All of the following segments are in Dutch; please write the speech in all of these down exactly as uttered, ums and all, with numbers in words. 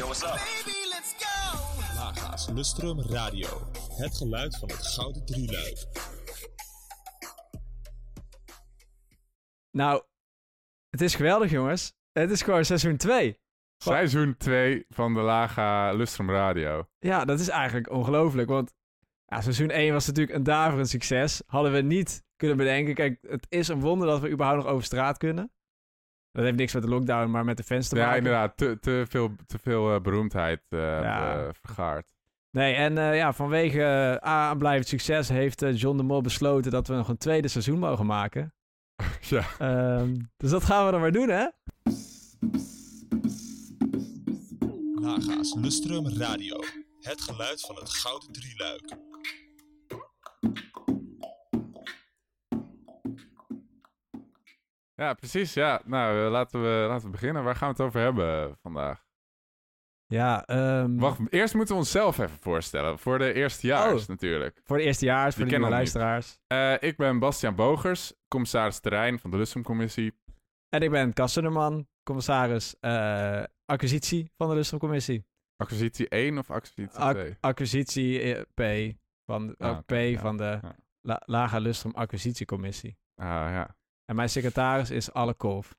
what's up? Baby, let's go! Laga's Lustrum Radio. Het geluid van het Gouden Drieluik. Nou, het is geweldig, jongens. Het is gewoon seizoen twee. Seizoen twee van de Laga Lustrum Radio. Ja, dat is eigenlijk ongelooflijk, want ja, seizoen één was natuurlijk een daverend succes. Hadden we niet kunnen bedenken. Kijk, het is een wonder dat we überhaupt nog over straat kunnen. Dat heeft niks met de lockdown, maar met de fans te maken. Ja, inderdaad. Te, te veel, te veel uh, beroemdheid uh, ja. uh, vergaard. Nee, en uh, ja, vanwege uh, aanblijvend succes heeft uh, John de Mol besloten dat we nog een tweede seizoen mogen maken. Ja. Um, dus dat gaan we dan maar doen, hè? Laga's Lustrum Radio. Het geluid van het Gouden Drieluik. Ja, precies. Ja, nou, laten we, laten we beginnen. Waar gaan we het over hebben vandaag? Ja, um... Wacht, eerst moeten we onszelf even voorstellen. Voor de eerstejaars oh, natuurlijk. Voor de eerstejaars, voor de nieuwe luisteraars. Uh, ik ben Bastiaan Bogers, commissaris terrein van de Lustrumcommissie. En ik ben Cas Sunderman, commissaris uh, acquisitie van de Lustrumcommissie. Acquisitie één of acquisitie Ac- twee? Acquisitie uh, P van, uh, ah, P ja, van de ja. La- Laga Lustrum Acquisitiecommissie. Ah, ja. En mijn secretaris is Alle Kolf.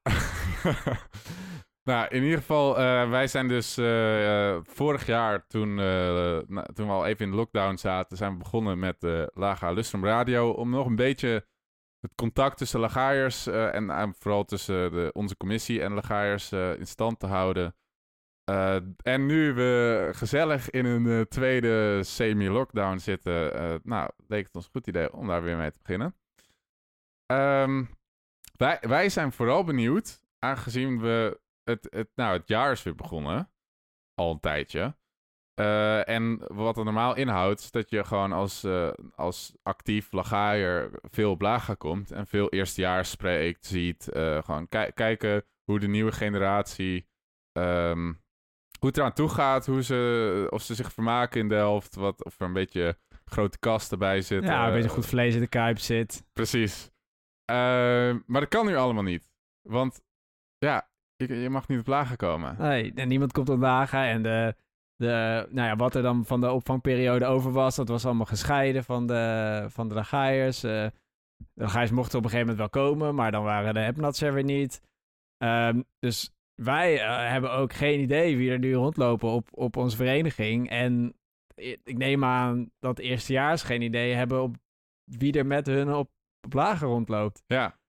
Nou, in ieder geval, uh, wij zijn dus uh, uh, vorig jaar, toen, uh, na, toen we al even in de lockdown zaten, zijn we begonnen met de uh, Laga Lustrum Radio, om nog een beetje het contact tussen Lagaaiers uh, en uh, vooral tussen de, onze commissie en Lagaaiers uh, in stand te houden. Uh, en nu we gezellig in een uh, tweede semi-lockdown zitten, uh, nou, leek het ons een goed idee om daar weer mee te beginnen. Um, wij, wij zijn vooral benieuwd, aangezien we het, het, nou, het jaar is weer begonnen, al een tijdje. Uh, en wat het normaal inhoudt, is dat je gewoon als, uh, als actief Lagaaier veel op Laga komt en veel eerstejaars spreekt, ziet. Uh, gewoon ki- kijken hoe de nieuwe generatie, um, hoe het eraan toe gaat, hoe ze, of ze zich vermaken in Delft, wat, of er een beetje grote kast erbij zit. Ja, een uh, beetje goed vlees in de kuip zit. Precies. Uh, maar dat kan nu allemaal niet. Want ja, je, je mag niet op Laga komen. Nee, en niemand komt op Laga. En de, de, nou ja, wat er dan van de opvangperiode over was, dat was allemaal gescheiden van de, van de Lagaaiers. Uh, de Lagaaiers mochten op een gegeven moment wel komen, maar dan waren de Hepnats er weer niet. Um, dus wij uh, hebben ook geen idee wie er nu rondlopen op, op onze vereniging. En ik neem aan dat de eerstejaars geen idee hebben op wie er met hun op, op Laga rondloopt. Ja.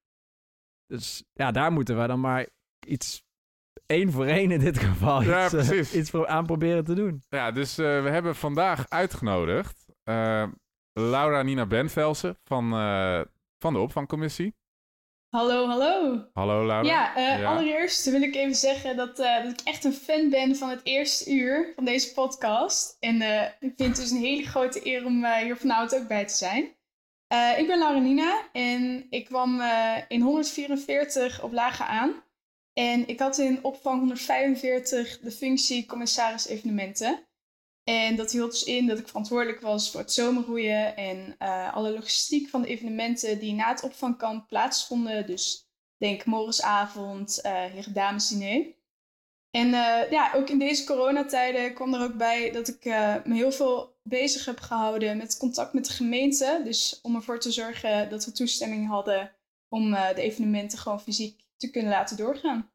Dus ja, daar moeten we dan maar iets, één voor één in dit geval, ja, iets, precies. uh, iets pro- aan proberen te doen. Ja, dus uh, we hebben vandaag uitgenodigd uh, Laura Nina Benvelsen van, uh, van de opvangcommissie. Hallo, hallo. Hallo Laura. Ja, uh, ja, allereerst wil ik even zeggen dat, uh, dat ik echt een fan ben van het eerste uur van deze podcast. En uh, ik vind het dus een hele grote eer om uh, hier vanavond ook bij te zijn. Uh, ik ben Laura Nina en ik kwam uh, in honderdvierenveertig op Laga aan. En ik had in opvang honderdvijfenveertig de functie commissaris evenementen. En dat hield dus in dat ik verantwoordelijk was voor het zomerroeien en uh, alle logistiek van de evenementen die na het opvangkamp plaatsvonden. Dus denk morgensavond, uh, heren-damesdiner. En uh, ja, ook in deze coronatijden kwam er ook bij dat ik uh, me heel veel bezig heb gehouden met contact met de gemeente. Dus om ervoor te zorgen dat we toestemming hadden om uh, de evenementen gewoon fysiek te kunnen laten doorgaan.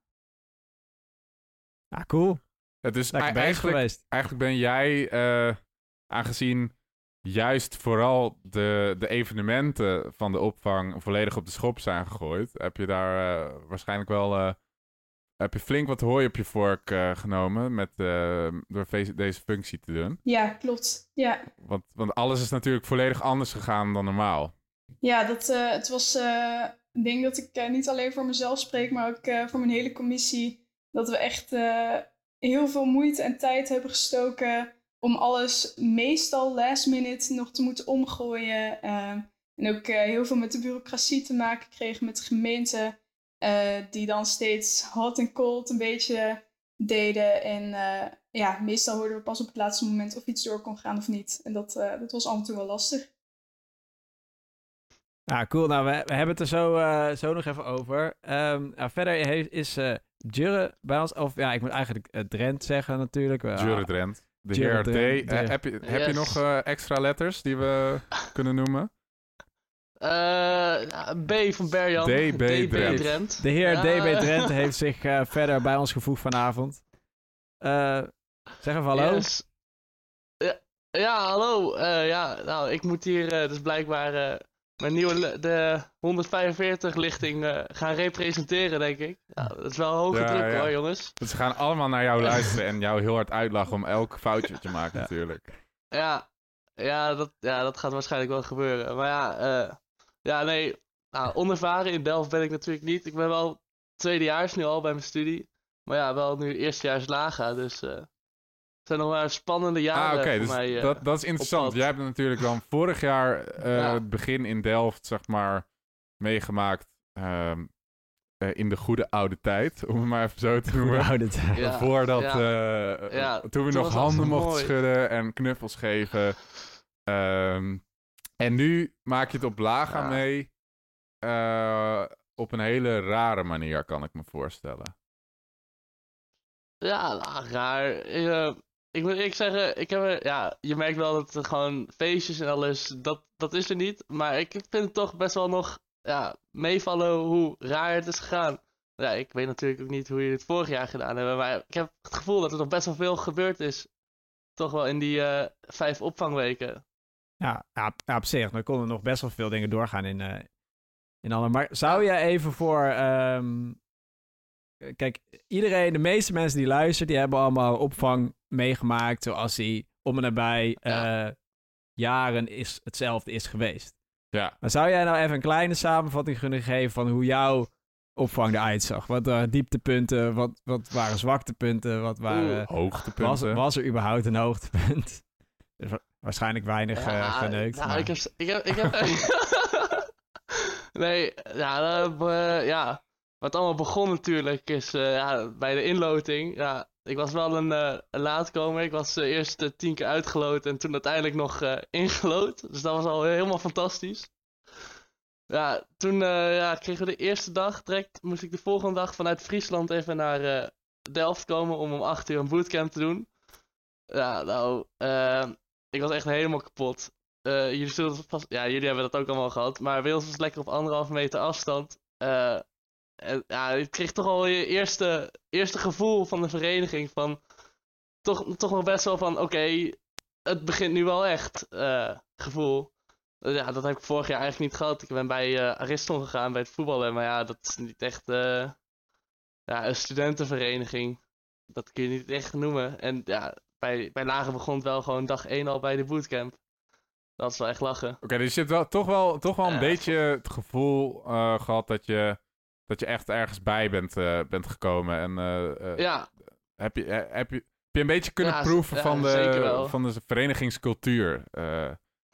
Ah, cool. Het is Lekker e- bezig eigenlijk, geweest. eigenlijk ben jij, uh, aangezien juist vooral de, de evenementen van de opvang volledig op de schop zijn gegooid, heb je daar uh, waarschijnlijk wel uh, heb je flink wat hooi op je vork uh, genomen met, uh, door fe- deze functie te doen. Ja, klopt. Ja, want, want alles is natuurlijk volledig anders gegaan dan normaal. Ja, dat, uh, het was uh, een ding dat ik uh, niet alleen voor mezelf spreek, maar ook uh, voor mijn hele commissie. Dat we echt uh, heel veel moeite en tijd hebben gestoken om alles meestal last minute nog te moeten omgooien. Uh, en ook uh, heel veel met de bureaucratie te maken kregen met de gemeente. Uh, die dan steeds hot en cold een beetje deden. En uh, ja, meestal hoorden we pas op het laatste moment of iets door kon gaan of niet. En dat, uh, dat was af en toe wel lastig. Ja, cool. Nou, we, we hebben het er zo, uh, zo nog even over. Um, nou, verder he- is uh, Jurre bij ons, of ja, ik moet eigenlijk uh, Drent zeggen natuurlijk. Uh, Jurre Drent. De Jurre heer D. Drent, Uh, de- heb je, Yes. heb je nog uh, extra letters die we kunnen noemen? Eh, ja, B van Berjan. D B Drent. Drent. De heer Ja. D B Drenthe heeft zich uh, verder bij ons gevoegd vanavond. Uh, zeg even hallo. Yes. Ja, ja, hallo. Eh, ja, nou, ik moet hier eh, dus blijkbaar eh, mijn nieuwe, le- de honderdvijfenveertig lichting eh, gaan representeren, denk ik. Ja, dat is wel hoge Ja, druk ja. hoor, jongens. Dus ze gaan allemaal naar jou luisteren en jou heel hard uitlachen om elk foutje te maken Ja. natuurlijk. Ja, ja, dat, ja, dat gaat waarschijnlijk wel gebeuren. Maar ja, eh, ja nee, nou, onervaren in Delft ben ik natuurlijk niet. Ik ben wel tweedejaars nu al bij mijn studie. Maar ja, wel nu eerstejaars Laga, dus eh, het zijn nog maar spannende jaren Ah, oké, voor dus mij. eh, dat, dat is interessant. pad. Jij hebt natuurlijk dan vorig jaar eh, Ja. het begin in Delft, zeg maar, meegemaakt ehm, eh, in de goede oude tijd, om het maar even zo te noemen. Hoe het? Ja, Voordat, ja. eh, Ja, toen we toen nog was handen het mochten mooi. schudden en knuffels geven. Ehm, en nu maak je het op Laga Ja. mee. eh, op een hele rare manier, kan ik me voorstellen. Ja, nou, raar. Eh, ik moet eerlijk zeggen, ik heb er, ja, je merkt wel dat er gewoon feestjes en alles, dat, dat is er niet. Maar ik vind het toch best wel nog ja, meevallen hoe raar het is gegaan. Ja, ik weet natuurlijk ook niet hoe jullie het vorig jaar gedaan hebben, maar ik heb het gevoel dat er nog best wel veel gebeurd is. Toch wel in die eh, vijf opvangweken. Ja, ja, ja, op zich. Er konden nog best wel veel dingen doorgaan in, uh, in alle. Maar zou je even voor... Um, kijk, iedereen, de meeste mensen die luisteren, die hebben allemaal opvang meegemaakt, zoals die om en nabij Ja. uh, jaren is, hetzelfde is geweest. Ja. Maar zou jij nou even een kleine samenvatting kunnen geven van hoe jouw opvang eruit zag? Wat waren dieptepunten, wat, wat waren zwaktepunten, wat waren... Hoogtepunten. Was, was er überhaupt een hoogtepunt? Dus wa- waarschijnlijk weinig Ja, uh, geneukt. nou, maar... ik heb... Ik heb, ik heb nee, ja, uh, ja, wat allemaal begon natuurlijk is uh, ja, bij de inloting. Ja, ik was wel een, uh, een laatkomer. Ik was uh, eerst uh, tien keer uitgeloot en toen uiteindelijk nog uh, ingeloot. Dus dat was al helemaal fantastisch. Ja, toen uh, ja, kregen we de eerste dag. Direct moest ik de volgende dag vanuit Friesland even naar uh, Delft komen om om acht uur een bootcamp te doen. Ja, nou, uh, ik was echt helemaal kapot. Uh, jullie, zullen het vast, ja, jullie hebben dat ook allemaal gehad. Maar bij ons was lekker op anderhalve meter afstand. Uh, en, ja, ik kreeg toch al je eerste, eerste gevoel van de vereniging. Van, toch, toch nog best wel van, oké, okay, het begint nu wel echt. Uh, gevoel. Uh, ja, dat heb ik vorig jaar eigenlijk niet gehad. Ik ben bij uh, Ariston gegaan, bij het voetballen. Maar ja, dat is niet echt uh, ja, een studentenvereniging. Dat kun je niet echt noemen. En ja, bij, bij Lager begon het wel gewoon dag één al bij de bootcamp. Dat is wel echt lachen. Oké, okay, dus je hebt wel, toch wel, toch wel een Uh, beetje het gevoel uh, gehad dat je, dat je echt ergens bij bent, uh, bent gekomen. En uh, uh, ja. heb, je, heb, je, heb je een beetje kunnen ja, proeven ja, van, zeker de, wel. van de verenigingscultuur? Uh.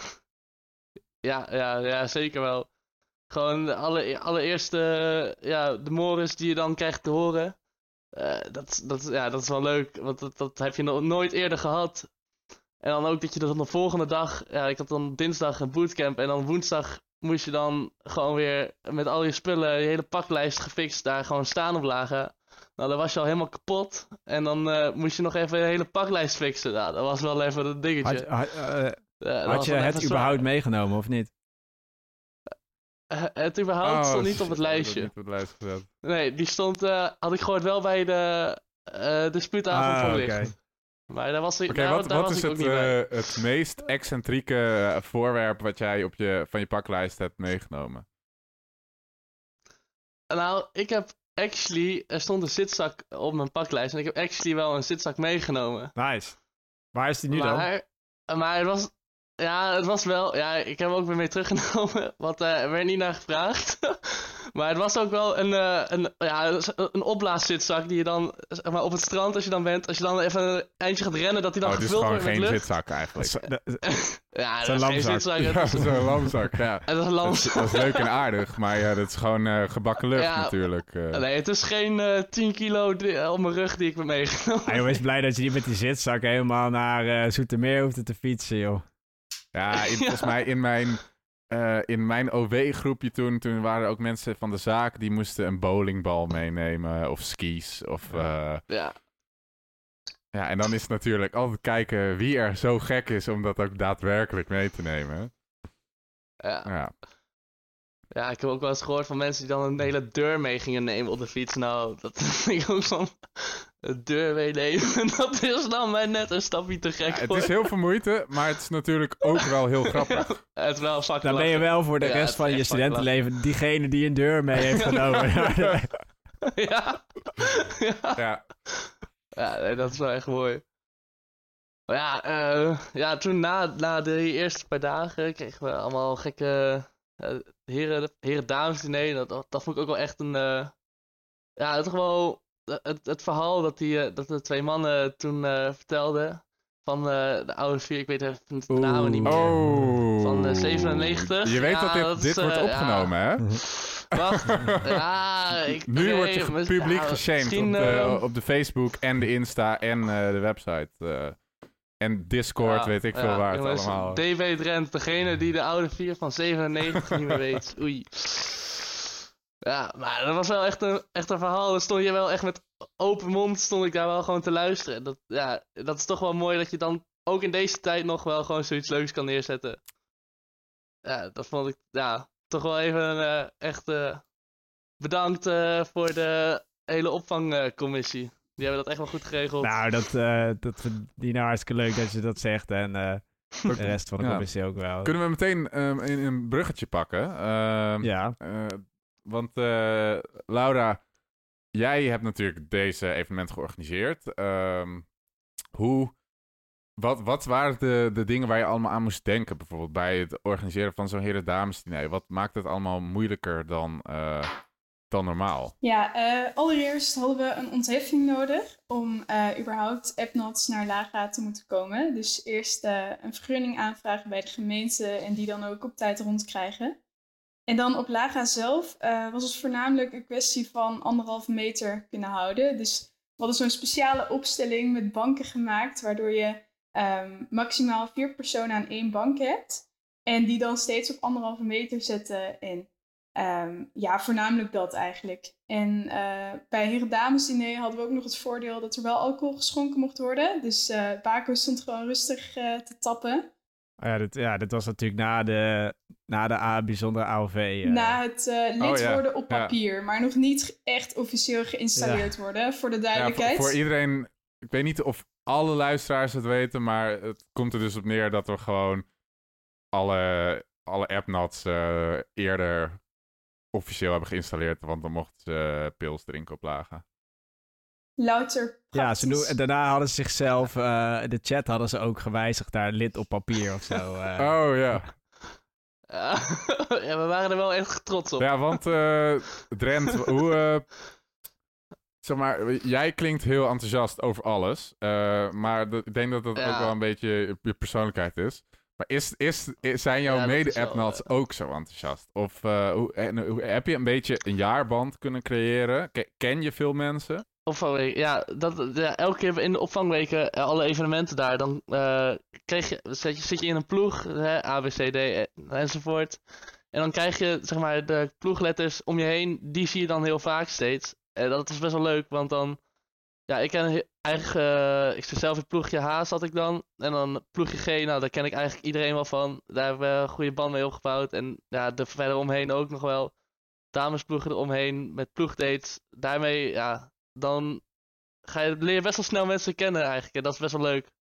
Ja, ja, ja, zeker wel. Gewoon de alle, allereerste, ja, de mores die je dan krijgt te horen. Uh, dat, dat, ja, dat is wel leuk, want dat, dat heb je nog nooit eerder gehad. En dan ook dat je dat de volgende dag, ja, ik had dan dinsdag een bootcamp en dan woensdag moest je dan gewoon weer met al je spullen, je hele paklijst gefixt, daar gewoon staan op Laga. Nou, dan was je al helemaal kapot. En dan uh, moest je nog even een hele paklijst fixen. Nou, dat was wel even een dingetje. Had, had, uh, ja, had je het überhaupt meegenomen of niet? Uh, het überhaupt oh, stond niet op het lijstje. Niet op het lijstje gezet. Nee, die stond, uh, had ik gehoord wel bij de, uh, de spuitavond ah, van Licht. Okay. Maar daar was ik, okay, daar, wat, daar wat was is ik het, ook niet bij. uh, het meest excentrieke uh, voorwerp wat jij op je, van je paklijst hebt meegenomen? Nou, ik heb actually, er stond een zitzak op mijn paklijst en ik heb actually wel een zitzak meegenomen. Nice. Waar is die nu maar, dan? Maar het was, ja, het was wel, ja, ik heb hem ook weer mee teruggenomen, want uh, er werd niet naar gevraagd. Maar het was ook wel een, uh, een, ja, een opblaaszitzak die je dan, zeg maar, op het strand als je dan bent, als je dan even een eindje gaat rennen, dat die dan oh, gevuld wordt met het is lucht. gewoon geen zitzak eigenlijk. Ja, dat is geen zitzak. Ja, dat is een lamzak, ja. Het is een lamzak. Dat is, dat is leuk en aardig, maar ja, dat is gewoon uh, gebakken lucht ja, natuurlijk. Uh. Nee, het is geen uh, tien kilo di- op mijn rug die ik heb meegenomen. Ah, joh, wees blij dat je niet met die zitzak helemaal naar uh, Zoetermeer hoeft te fietsen, joh. Ja, in, volgens mij in mijn uh, in mijn O W-groepje toen, toen waren er ook mensen van de zaak die moesten een bowlingbal meenemen of skis. Of, uh, Ja. Ja, en dan is het natuurlijk altijd kijken wie er zo gek is om dat ook daadwerkelijk mee te nemen. Ja. Ja. Ja, ik heb ook wel eens gehoord van mensen die dan een hele deur mee gingen nemen op de fiets. Nou, dat vind ik ook van een deur meenemen. Dat is dan maar net een stapje te gek. Ja, het hoor. is heel veel moeite, maar het is natuurlijk ook wel heel grappig. Het is wel fucking Dan ben je lachen. wel voor de Ja, rest het van is je echt fucking studentenleven diegene die een deur mee heeft genomen. Ja. Ja. Ja. Ja, nee, dat is wel echt mooi. Maar ja, uh, ja toen na, na de eerste paar dagen kregen we allemaal gekke uh, heren, heren dames diner. Dat, dat, dat vond ik ook wel echt een... Uh, ja, toch wel het, het verhaal dat, die, uh, dat de twee mannen toen uh, vertelden. Van uh, de oude vier, ik weet even de namen niet meer. Oh. Van uh, zevenennegentig. Je weet ja, dat dit, dat dit is, wordt uh, opgenomen, ja. hè? Wacht, ja, ik... Nu nee, word je maar- publiek ja, geshamed op misschien, de, uh, op de Facebook en de Insta en uh, de website. Uh, en Discord, Ja, weet ik veel ja, waar het jongens, allemaal... D W Drent, degene die de oude vier van zevenennegentig niet meer weet. Oei. Ja, maar dat was wel echt een, echt een verhaal. Dan stond je wel echt met open mond, stond ik daar wel gewoon te luisteren. Dat, ja, dat is toch wel mooi dat je dan ook in deze tijd nog wel gewoon zoiets leuks kan neerzetten. Ja, dat vond ik, ja, toch wel even uh, echt uh, bedankt uh, voor de hele opvangcommissie. Die hebben dat echt wel goed geregeld. Nou, dat, uh, dat vind ik nou hartstikke leuk dat je dat zegt. En uh, de rest van de Ja. commissie ook wel. Kunnen we meteen um, in een bruggetje pakken? Um, Ja. uh, want uh, Laura, jij hebt natuurlijk deze evenement georganiseerd. Um, hoe... Wat, wat waren de, de dingen waar je allemaal aan moest denken? Bijvoorbeeld bij het organiseren van zo'n heren dames diner. Wat maakt het allemaal moeilijker dan, uh, dan normaal? Ja, uh, allereerst hadden we een ontheffing nodig om uh, überhaupt appnots naar Laga te moeten komen. Dus eerst uh, een vergunning aanvragen bij de gemeente en die dan ook op tijd rondkrijgen. En dan op Laga zelf uh, was het voornamelijk een kwestie van anderhalve meter kunnen houden. Dus we hadden zo'n speciale opstelling met banken gemaakt, waardoor je um, maximaal vier personen aan één bank hebt. En die dan steeds op anderhalve meter zetten en um, ja, voornamelijk dat eigenlijk. En uh, bij heren dames diner hadden we ook nog het voordeel dat er wel alcohol geschonken mocht worden. Dus uh, Baco stond gewoon rustig uh, te tappen. Ja, dit, ja, dit was natuurlijk na de, na de A, bijzondere A O V. Uh. Na het uh, lid Oh, ja. worden op papier, ja. Maar nog niet echt officieel geïnstalleerd Ja. worden, voor de Ja, duidelijkheid. voor, voor iedereen, ik weet niet of alle luisteraars het weten, maar het komt er dus op neer dat we gewoon alle, alle appnats uh, eerder officieel hebben geïnstalleerd, want dan mochten ze uh, pils drinken op Laga. Louter Ja, ze praktisch. noem, daarna hadden ze zichzelf, uh, de chat hadden ze ook gewijzigd naar lid op papier of zo. Uh. Oh ja. Ja. Ja, we waren er wel echt trots op. Ja, want uh, Drent, hoe... Uh, zeg maar, jij klinkt heel enthousiast over alles. Uh, maar d- ik denk dat dat Ja. ook wel een beetje je, je persoonlijkheid is. Maar is, is, is, zijn jouw Ja, dat is mede-appnats wel, ook zo enthousiast? Of uh, hoe, en, hoe, heb je een beetje een jaarband kunnen creëren? Ke- ken je veel mensen? Opvangweek, ja, dat, ja, elke keer in de opvangweken, eh, alle evenementen daar, dan uh, kreeg je, zit, je, zit je in een ploeg, hè, A, B, C, D eh, enzovoort. En dan krijg je, zeg maar, de ploegletters om je heen, die zie je dan heel vaak steeds. En dat is best wel leuk, want dan, ja, ik ken he- eigenlijk, uh, ik zit zelf in ploegje H zat ik dan. En dan ploegje G, nou, daar ken ik eigenlijk iedereen wel van. Daar hebben we een goede band mee opgebouwd. En ja, er verder omheen ook nog wel. Damesploegen eromheen, met ploegdates. Daarmee, ja, dan ga je, leer je best wel snel mensen kennen eigenlijk. En dat is best wel leuk.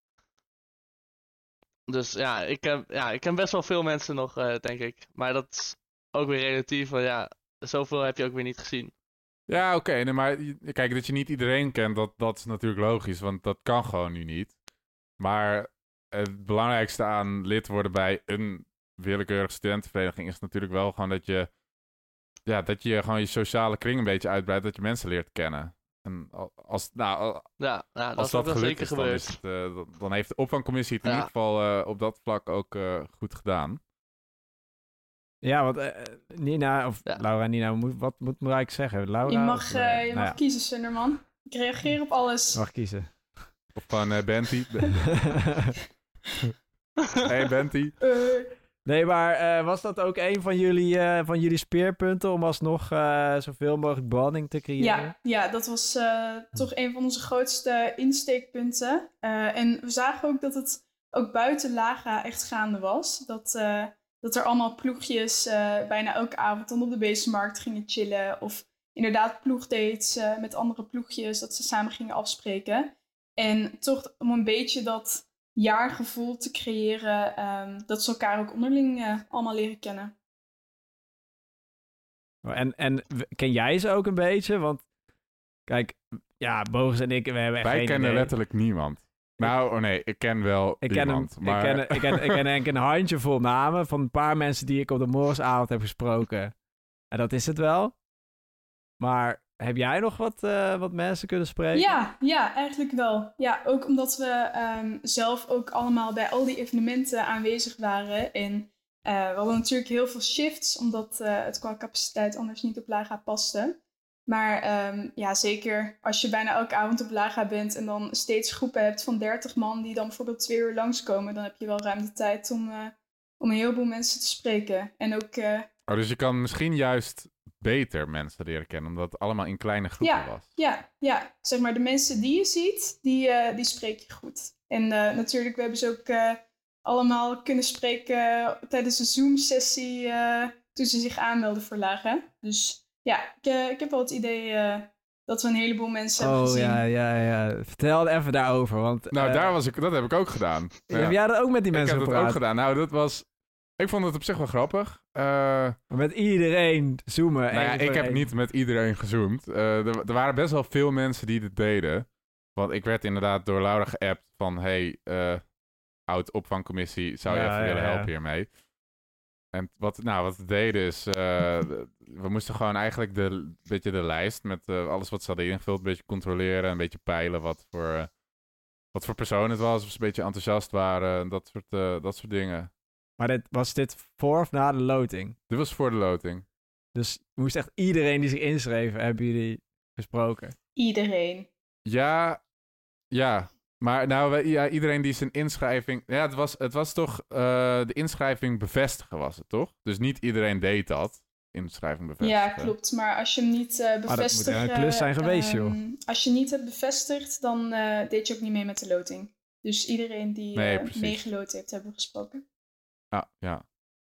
Dus ja, ik ken, ja, ik ken best wel veel mensen nog, uh, denk ik. Maar dat is ook weer relatief, want ja, zoveel heb je ook weer niet gezien. Ja, oké. Okay, nee, maar je- kijk, dat je niet iedereen kent, dat, dat is natuurlijk logisch. Want dat kan gewoon nu niet. Maar het belangrijkste aan lid worden bij een willekeurige studentenvereniging is natuurlijk wel gewoon dat je... Ja, dat je gewoon je sociale kring een beetje uitbreidt, dat je mensen leert kennen. En als, nou, Ja, ja dat als is ook dat wel gelukt zeker is, dan, gebeurd. is het, uh, dan, dan heeft de opvangcommissie het in Ja. ieder geval uh, op dat vlak ook uh, goed gedaan. Ja, want uh, Nina, of Ja. Laura, Nina, moet, wat moet Marijke zeggen? Laura? Je mag, of, uh, uh, je nou mag ja, kiezen, Sunderman. Ik reageer op alles. mag kiezen. Of van uh, Benty. Hey Benty. Uh, Nee, maar uh, was dat ook een van jullie, uh, van jullie speerpunten om alsnog uh, zoveel mogelijk bonding te creëren? Ja, ja dat was uh, toch een van onze grootste insteekpunten. Uh, en we zagen ook dat het ook buiten Laga echt gaande was. Dat, uh, dat er allemaal ploegjes uh, bijna elke avond dan op de beestenmarkt gingen chillen. Of inderdaad ploegdates uh, met andere ploegjes, dat ze samen gingen afspreken. En toch om een beetje dat jaargevoel te creëren, um, dat ze elkaar ook onderling uh, allemaal leren kennen. En, en ken jij ze ook een beetje? Want kijk, ja, Bogus en ik, we hebben echt Wij geen kennen idee. letterlijk niemand. Nou, oh nee, ik ken wel ik ken iemand. Hem, maar... ik, ken, ik, ken, ik ken denk ik een handjevol namen van een paar mensen die ik op de morgensavond heb gesproken. En dat is het wel. Maar heb jij nog wat, uh, wat mensen kunnen spreken? Ja, ja, eigenlijk wel. Ja, ook omdat we um, zelf ook allemaal bij al die evenementen aanwezig waren. En uh, we hadden natuurlijk heel veel shifts, omdat uh, het qua capaciteit anders niet op Laga paste. Maar um, ja, zeker als je bijna elke avond op Laga bent en dan steeds groepen hebt van dertig man die dan bijvoorbeeld twee uur langskomen, dan heb je wel ruim de tijd om, uh, om een heleboel mensen te spreken. En ook... Uh, oh, dus je kan misschien juist beter mensen leren kennen, omdat het allemaal in kleine groepen ja, was. Ja, ja, zeg maar de mensen die je ziet, die, uh, die spreek je goed. En uh, natuurlijk, we hebben ze ook uh, allemaal kunnen spreken tijdens een Zoom-sessie uh, toen ze zich aanmelden voor Laga. Dus ja, ik, uh, ik heb wel het idee uh, dat we een heleboel mensen oh, hebben gezien. Oh ja, ja, ja. Vertel even daarover. Want, nou, uh, daar was ik, dat heb ik ook gedaan. Ja. Heb jij dat ook met die mensen Ik heb gepraat? dat ook gedaan. Nou, dat was... Ik vond het op zich wel grappig. Uh, met iedereen zoomen. Nou ja, ik heb één. niet met iedereen gezoomd. Uh, er, er waren best wel veel mensen die dit deden. Want ik werd inderdaad door Laura geappt van... Hey, uh, oud-opvangcommissie, zou je ja, even ja, willen ja. helpen hiermee? En wat, nou, wat we deden is... Uh, we moesten gewoon eigenlijk de, beetje de lijst... met uh, alles wat ze hadden ingevuld... een beetje controleren, een beetje peilen... wat voor, uh, wat voor persoon het was. Of ze een beetje enthousiast waren. Dat soort, uh, dat soort dingen. Maar dit, was dit voor of na de loting? Dit was voor de loting. Dus moest echt iedereen die zich inschreef, hebben jullie gesproken? Iedereen. Ja, ja. Maar nou, ja, iedereen die zijn inschrijving... Ja, het was, het was toch... Uh, de inschrijving bevestigen was het, toch? Dus niet iedereen deed dat. Inschrijving bevestigen. Ja, klopt. Maar als je hem niet uh, bevestigt... Maar dat moet een klus zijn geweest, um, joh. Als je niet hebt bevestigd, dan uh, deed je ook niet mee met de loting. Dus iedereen die nee, uh, meegeloten heeft, hebben we gesproken. Ja, ja.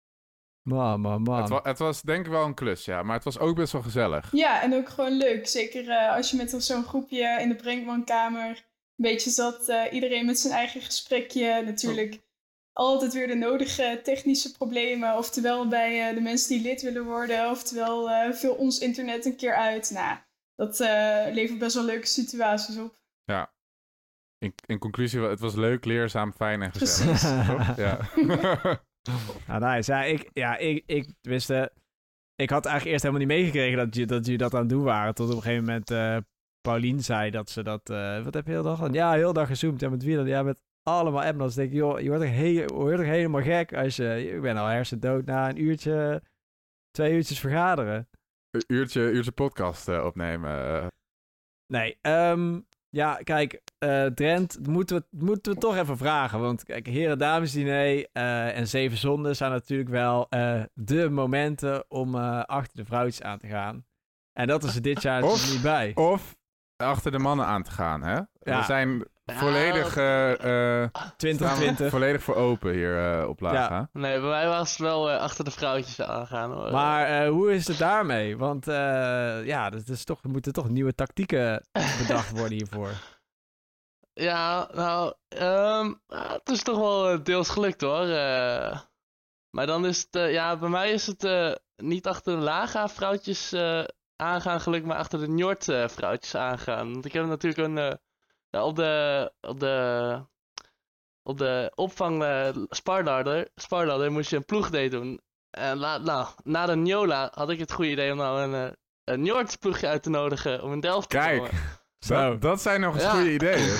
Man, man, man. Het, wa- het was denk ik wel een klus, ja. Maar het was ook best wel gezellig. Ja, en ook gewoon leuk. Zeker uh, als je met zo'n groepje in de Brinkmankamer... een beetje zat, uh, iedereen met zijn eigen gesprekje. Natuurlijk oh. altijd weer de nodige technische problemen. Oftewel bij uh, de mensen die lid willen worden. Oftewel uh, viel ons internet een keer uit. Nou, dat uh, levert best wel leuke situaties op. Ja. In, in conclusie, het was leuk, leerzaam, fijn en gezellig. Toch? Ja. Nou, nice. Ja, ik, ja, ik, ik wist, uh, ik had eigenlijk eerst helemaal niet meegekregen dat, je, dat jullie dat aan het doen waren. Tot op een gegeven moment uh, Paulien zei dat ze dat, uh, wat heb je heel dag gedaan? Ja, heel dag gezoomd. Ja, met wie dan? Ja, met allemaal appnals. Dus denk ik, joh, je wordt toch, he- je wordt toch helemaal gek als je, ik ben al hersendood na een uurtje, twee uurtjes vergaderen. Een uurtje, uurtje podcast uh, opnemen. Uh. Nee, um, ja, kijk, uh, Drent, moeten we, moeten we toch even vragen. Want kijk, heren-dames-diner uh, en Zeven Zonden zijn natuurlijk wel uh, de momenten om uh, achter de vrouwtjes aan te gaan. En dat is er dit jaar of, natuurlijk niet bij. Of achter de mannen aan te gaan, hè? Ja. We zijn volledig, uh, uh, twintig twintig. volledig voor open hier uh, op Laga. Ja. Nee, bij mij was het wel uh, achter de vrouwtjes aangaan. Hoor. Maar uh, hoe is het daarmee? Want uh, ja, dat is toch, er moeten toch nieuwe tactieken bedacht worden hiervoor. Ja, nou, um, het is toch wel deels gelukt hoor. Uh, maar dan is het, uh, ja, bij mij is het uh, niet achter de Laga vrouwtjes uh, aangaan gelukt, maar achter de Njord uh, vrouwtjes aangaan. Want ik heb natuurlijk een, uh, ja, op de, op de, op de opvang uh, Sparladder, Sparladder moest je een ploegdate doen. En la, nou, na de Njola had ik het goede idee om nou een, uh, een Njord ploegje uit te nodigen om in Delft te Kijk, komen. dat, dat zijn nog eens ja. goede ideeën.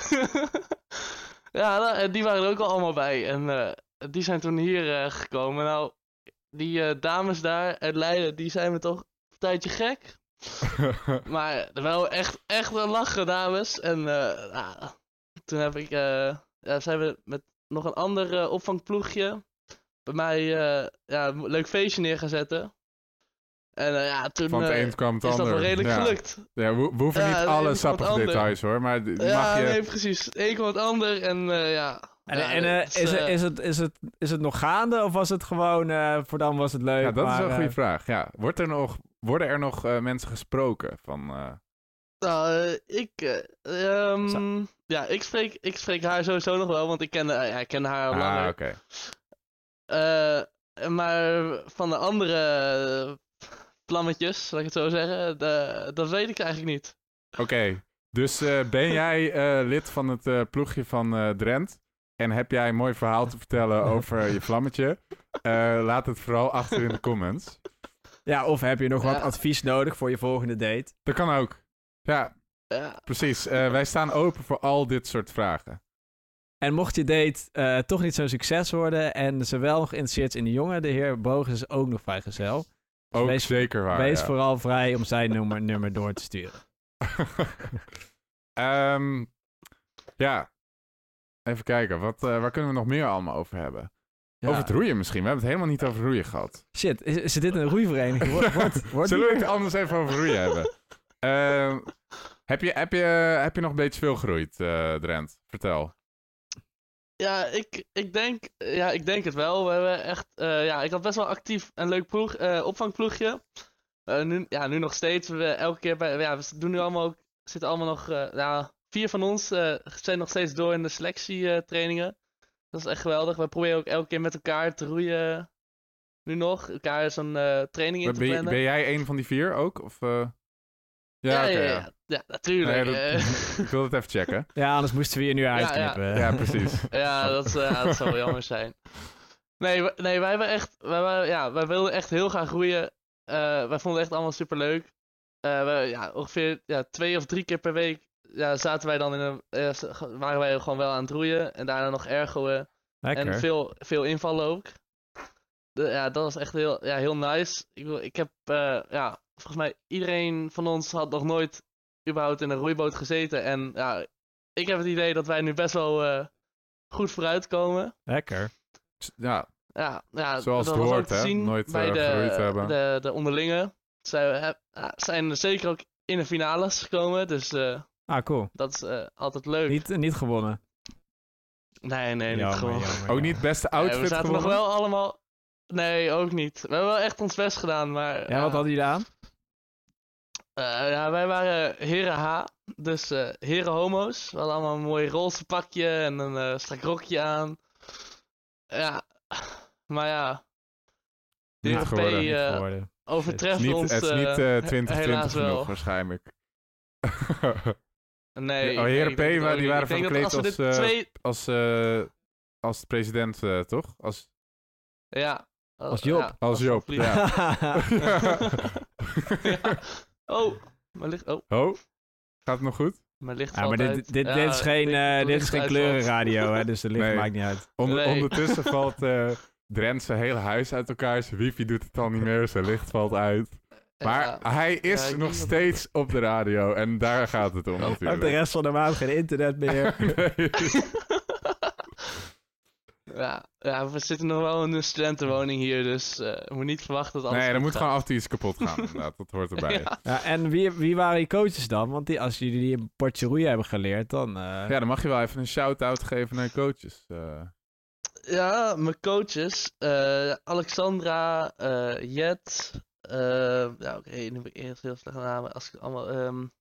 Ja, nou, die waren er ook al allemaal bij. En uh, die zijn toen hier uh, gekomen. Nou, die uh, dames daar uit Leiden, die zijn me toch een tijdje gek. Maar wel echt, echt een lachen, dames. En uh, nou, toen heb ik, uh, ja, zijn we met nog een ander uh, opvangploegje. bij mij uh, ja, een leuk feestje neer gaan zetten. En uh, ja, toen Van het uh, een kwam het is ander. dat wel redelijk ja. gelukt. Ja, we, we hoeven Ja, niet de alle een sappige kwam het details hoor, maar die Ja, mag je... nee, precies. Het een kwam het ander en uh, ja... En, ja, en uh, het, is, het, uh, is, het, is, het, is het nog gaande of was het gewoon, uh, voor dan was het leuk? Ja, dat maar, is wel een goede uh, vraag. Ja. Wordt er nog, worden er nog uh, mensen gesproken van... Uh... Nou, uh, ik... Uh, um, Zo. ja, ik spreek, ik spreek haar sowieso nog wel, want ik ken, uh, ja, ik ken haar al Ah, langer. oké. Okay. Uh, maar van de andere vlammetjes, laat ik het zo zeggen, de, dat weet ik eigenlijk niet. Oké, okay. dus uh, ben jij uh, lid van het uh, ploegje van uh, Drent? En heb jij een mooi verhaal te vertellen over je vlammetje? Uh, laat het vooral achter in de comments. Ja, of heb je nog ja. wat advies nodig voor je volgende date? Dat kan ook. Ja, ja. precies. Uh, wij staan open voor al dit soort vragen. En mocht je date uh, toch niet zo'n succes worden en ze wel nog geïnteresseerd is in de jongen, de heer Bogen is ook nog vrijgezel. Dus ook wees, zeker waar, Wees ja. vooral vrij om zijn nummer, nummer door te sturen. um, ja, even kijken. Wat, uh, waar kunnen we nog meer allemaal over hebben? Ja. Over het roeien misschien. We hebben het helemaal niet over roeien gehad. Shit, is, is dit een roeivereniging? Wordt, wordt, wordt Zullen we het anders even over roeien hebben? Uh, heb, je, heb, je, heb je nog een beetje veel geroeid, uh, Drent? Vertel. Ja, ik, ik, denk, ja, ik denk het wel. We hebben echt, uh, ja, ik had best wel actief een leuk ploeg, uh, opvangploegje. Uh, nu, ja, nu nog steeds. We elke keer bij, ja, we doen nu allemaal ook, zitten allemaal nog, uh, ja, vier van ons uh, zijn nog steeds door in de selectietrainingen. Uh, dat is echt geweldig. We proberen ook elke keer met elkaar te roeien. Nu nog, elkaar zo'n uh, training in te ben, plannen. Ben jij een van die vier ook? Of, uh... Ja, ja, okay, ja, ja. ja, natuurlijk. Nee, dat, uh... Ik wil het even checken. Ja, anders moesten we je nu uitknippen. Ja, ja. ja precies. Ja, dat, uh, ja, dat zou wel jammer zijn. Nee, we, nee wij hebben echt, wij, ja, wij wilden echt heel graag groeien. Uh, wij vonden het echt allemaal superleuk. Uh, we, ja, ongeveer ja, twee of drie keer per week ja, zaten wij dan in een, uh, waren wij gewoon wel aan het roeien. En daarna nog ergoen. En veel, veel invallen ook. De, ja, dat was echt heel, ja, heel nice. Ik, ik heb, uh, ja, volgens mij iedereen van ons had nog nooit überhaupt in een roeiboot gezeten. En ja, ik heb het idee dat wij nu best wel uh, goed vooruitkomen. Lekker. Ja, ja, ja zoals dat het was hoort, ook te hè? zien Nooit bij uh, de, geroeid hebben. De, de onderlingen. Zij uh, zijn zeker ook in de finales gekomen. Dus uh, ah, cool. Dat is uh, altijd leuk. Niet, niet gewonnen. Nee, nee, jammer, niet gewonnen. Jammer, jammer. Ook niet beste outfit nee, we zaten gewonnen? nog wel allemaal... Nee, ook niet. We hebben wel echt ons best gedaan, maar... Ja, uh, wat hadden jullie aan? Uh, ja, wij waren heren H, dus uh, heren homo's. We hadden allemaal een mooi roze pakje en een uh, strak rokje aan. Ja, maar ja. Niet Heren geworden, P niet uh, geworden. overtreft niet, ons Het is niet uh, twintig twintig genoeg, wel. waarschijnlijk. Nee. Oh, heren P, maar die waren van verkleed als, uh, twee... als, uh, als president, uh, toch? Als... Ja. Als Job. Ja, als Job, ja. ja. Oh, mijn licht... Oh. Oh, gaat het nog goed? Mijn licht ja, maar dit, dit, dit, ja, dit is geen, uh, dit is geen kleurenradio, hè, dus de licht nee. maakt niet uit. Onder, nee. Ondertussen valt uh, Drent zijn hele huis uit elkaar. Zijn wifi doet het al niet meer, zijn licht valt uit. Maar ja. hij is ja, nog steeds dat... op de radio en daar gaat het om oh, natuurlijk. de rest van de maand geen internet meer. nee. Ja, ja, we zitten nog wel in een studentenwoning hier, dus uh, je moet niet verwachten dat alles Nee, er moet gaat. gewoon af en toe iets kapot gaan, inderdaad. Dat hoort erbij. Ja. Ja, en wie, wie waren je coaches dan? Want die, als jullie die een potje roeien hebben geleerd, dan... Uh... Ja, dan mag je wel even een shout-out geven naar je coaches. Uh... Ja, mijn coaches. Uh, Alexandra, uh, Jet... Uh, ja, oké, okay, nu heb ik eerst heel slechte namen. Als ik allemaal... Um...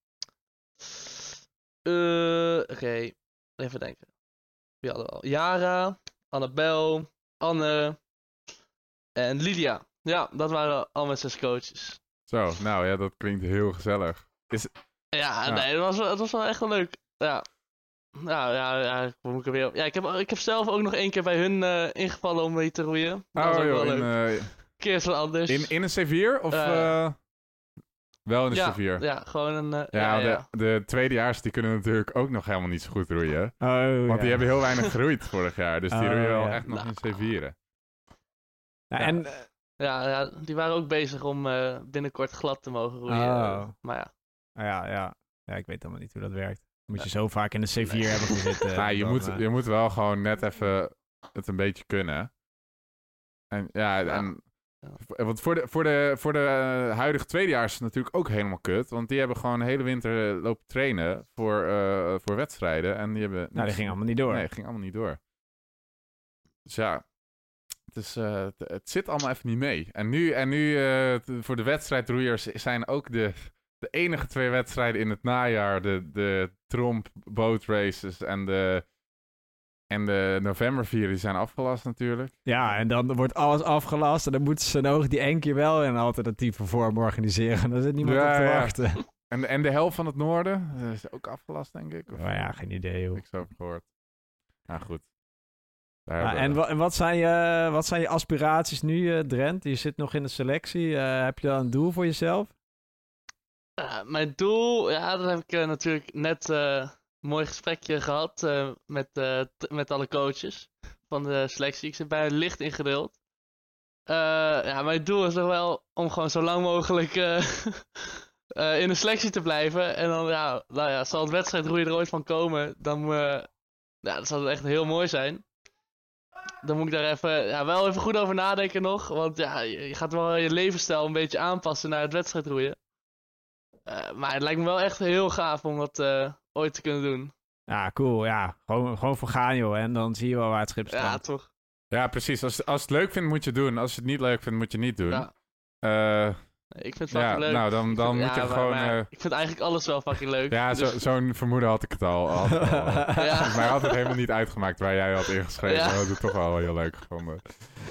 Uh, oké, okay. Even denken. Wie hadden we al? Yara... Annabel, Anne en Lydia. Ja, dat waren al mijn zes coaches. Zo, nou ja, dat klinkt heel gezellig. Is... Ja, ja, nee, het was, het was wel echt wel leuk. Ja, nou ja, ja, moet ik, weer... ja ik, heb, ik heb zelf ook nog één keer bij hun uh, ingevallen om mee te roeien. Dat oh was ook joh, wel in, leuk. Uh... Keer zo anders. In, in een C vier? Of uh... Uh... wel in een ja, C vier? Ja, gewoon een... Uh, ja, ja, ja. De, de tweedejaars die kunnen natuurlijk ook nog helemaal niet zo goed roeien. Oh, want ja. die hebben heel weinig geroeid vorig jaar. Dus die oh, roeien wel ja. echt nog nou. in C vieren. Ja, ja. en... Ja, ja, die waren ook bezig om uh, binnenkort glad te mogen roeien. Oh. Maar ja. Ja, ja. Ja, ik weet helemaal niet hoe dat werkt. Dan moet je zo vaak in de C vier nee. hebben gezeten. Ja, je, dan, moet, uh... je moet wel gewoon net even het een beetje kunnen. En ja, Ja. en... Want voor de, voor de, voor de uh, huidige tweedejaars is het natuurlijk ook helemaal kut. Want die hebben gewoon de hele winter uh, lopen trainen voor, uh, voor wedstrijden. En die hebben... Nou, die ging allemaal niet door. Nee, ging allemaal niet door. Dus ja, het, is, uh, het, het zit allemaal even niet mee. En nu, en nu uh, t- voor de wedstrijdroeiers zijn ook de, de enige twee wedstrijden in het najaar... de, de Tromp Boat Races en de... En de novembervier die zijn afgelast natuurlijk. Ja, en dan wordt alles afgelast en dan moeten ze nog die één keer wel een alternatieve vorm organiseren. Daar zit niemand Ja, op te ja. wachten. En, en de helft van het noorden dat is ook afgelast, denk ik. Of, Oh ja, geen idee, joh. Heb ik zo over gehoord. Nou goed. Daar Ah, hebben en we- wa- en wat, zijn je, wat zijn je aspiraties nu, eh, Drent? Je zit nog in de selectie. Eh, heb je dan een doel voor jezelf? Ja, mijn doel, ja, dat heb ik eh, natuurlijk net eh, een mooi gesprekje gehad eh, met, eh, t- met alle coaches van de selectie. Ik zit bij licht ingedeeld. Eh, ja, mijn doel is nog wel om gewoon zo lang mogelijk eh, eh, in de selectie te blijven. En dan, ja, nou ja, zal het wedstrijdroeien er ooit van komen, dan, eh, ja, dan zal het echt heel mooi zijn. Dan moet ik daar even, ja, wel even goed over nadenken nog. Want ja, je, je gaat wel je levensstijl een beetje aanpassen naar het wedstrijdroeien. Uh, maar het lijkt me wel echt heel gaaf om dat uh, ooit te kunnen doen. Ja, cool. Ja, gewoon, gewoon voor gaan, joh. En dan zie je wel waar het schip Ja, staat. toch. Ja, precies. Als, als het leuk vindt, moet je het doen. Als je het niet leuk vindt, moet je het niet doen. Ja. Eh, Ik vind het ja, fucking leuk. nou, dan, Ik dan vind- moet ja, je maar- gewoon... maar eh, ik vind eigenlijk alles wel fucking leuk. ja, dus- zo, zo'n vermoeden had ik het al. Had het al. Ja. Maar had het helemaal niet uitgemaakt waar jij had ingeschreven. Ja. Dat had het toch wel heel leuk gevonden.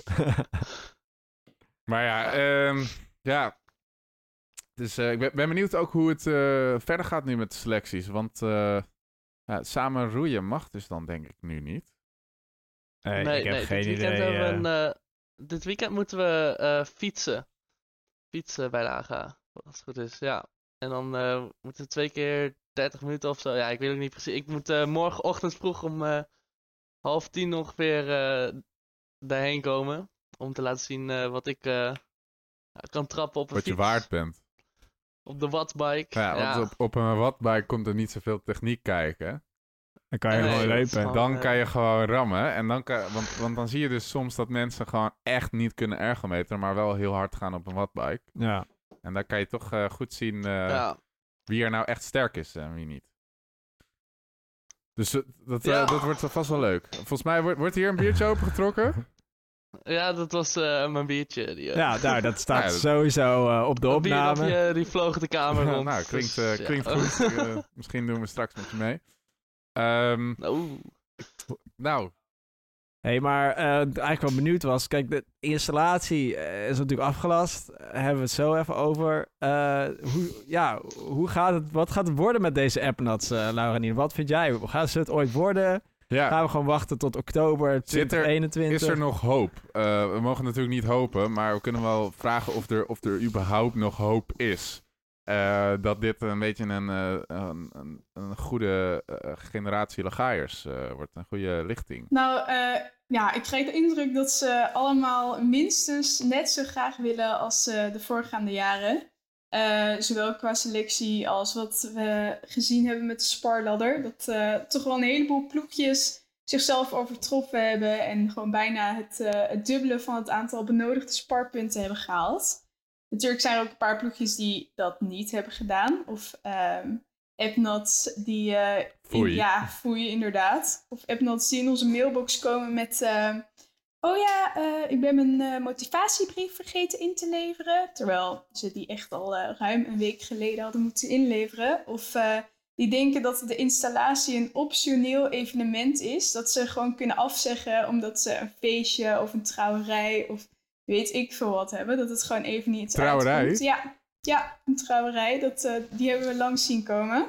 Maar ja, ehm, ja. Dus eh, ik ben, ben benieuwd ook hoe het eh, verder gaat nu met de selecties. Want eh, ja, samen roeien mag dus dan denk ik nu niet. Nee, nee, ik heb nee, geen dit weekend idee. hebben we eh. een, eh, dit weekend moeten we eh, fietsen. Fietsen bij de A G A, als het goed is, ja. En dan eh, moeten we twee keer dertig minuten of zo. Ja, ik weet ook niet precies. Ik moet eh, morgenochtend vroeg om eh, half tien ongeveer eh, daarheen komen. Om te laten zien eh, wat ik eh, kan trappen op een Wat je fiets. waard bent. Op de wattbike. Ja, Ja, want op, op een wattbike komt er niet zoveel techniek kijken. Dan kan je Nee, gewoon dat is lopen. gewoon- Dan eh, kan je gewoon rammen. En dan kan, want, want dan zie je dus soms dat mensen gewoon echt niet kunnen ergometeren, maar wel heel hard gaan op een wattbike. Ja. En dan kan je toch eh, goed zien eh, ja. wie er nou echt sterk is en wie niet. Dus eh, dat, eh, Ja. dat wordt vast wel leuk. Volgens mij wordt, wordt hier een biertje opengetrokken. ja, dat was eh, mijn biertje. Die, eh, Ja, nou, dat staat Ja, dat- sowieso eh, op de dat opname. bierdopje, die vloog de kamer rond. nou, klinkt, eh, Dus, ja. klinkt goed. Eh, misschien doen we straks met je mee. Ehm, Oeh. nou, Hé, maar eh, eigenlijk wel benieuwd was. Kijk, de installatie eh, is natuurlijk afgelast. Daar hebben we het zo even over. Eh, hoe, ja, hoe gaat het, wat gaat het worden met deze appnuts, uh, Laurentien? Wat vind jij? Gaan ze het ooit worden? ja. Gaan we gewoon wachten tot oktober Zit er- twintig eenentwintig? Is er nog hoop? Uh, we mogen natuurlijk niet hopen, maar we kunnen wel vragen of er, of er überhaupt nog hoop is. Uh, dat dit een beetje een, uh, een, een, een goede uh, generatie Lagaaiers uh, wordt. Een goede lichting. Nou, uh, ja, ik krijg de indruk dat ze allemaal minstens net zo graag willen als uh, de voorgaande jaren. Uh, zowel qua selectie als wat we gezien hebben met de Sparladder. Dat uh, toch wel een heleboel ploegjes zichzelf overtroffen hebben en gewoon bijna het, uh, het dubbele van het aantal benodigde sparpunten hebben gehaald. Natuurlijk zijn er ook een paar ploegjes die dat niet hebben gedaan. Of um, appnuts die... Uh, foei. In, ja, foei inderdaad. Of appnuts die in onze mailbox komen met... Uh, oh ja, uh, ik ben mijn uh, motivatiebrief vergeten in te leveren. Terwijl ze die echt al uh, ruim een week geleden hadden moeten inleveren. Of uh, die denken dat de installatie een optioneel evenement is. Dat ze gewoon kunnen afzeggen omdat ze een feestje of een trouwerij... of weet ik veel wat hebben, dat het gewoon even niet trouwerij? uitkomt. Ja, ja, een trouwerij, dat, uh, die hebben we langs zien komen.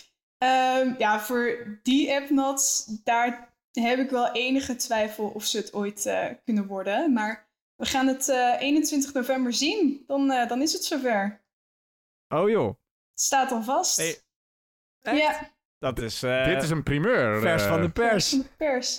Um, ja, voor die appnuts, daar heb ik wel enige twijfel of ze het ooit uh, kunnen worden. Maar we gaan het uh, eenentwintig november zien, dan, uh, dan is het zover. Oh joh. Het staat al vast. Hey, echt? Ja. Dat is... Uh, Dit is een primeur. vers uh, van de pers. Van de pers.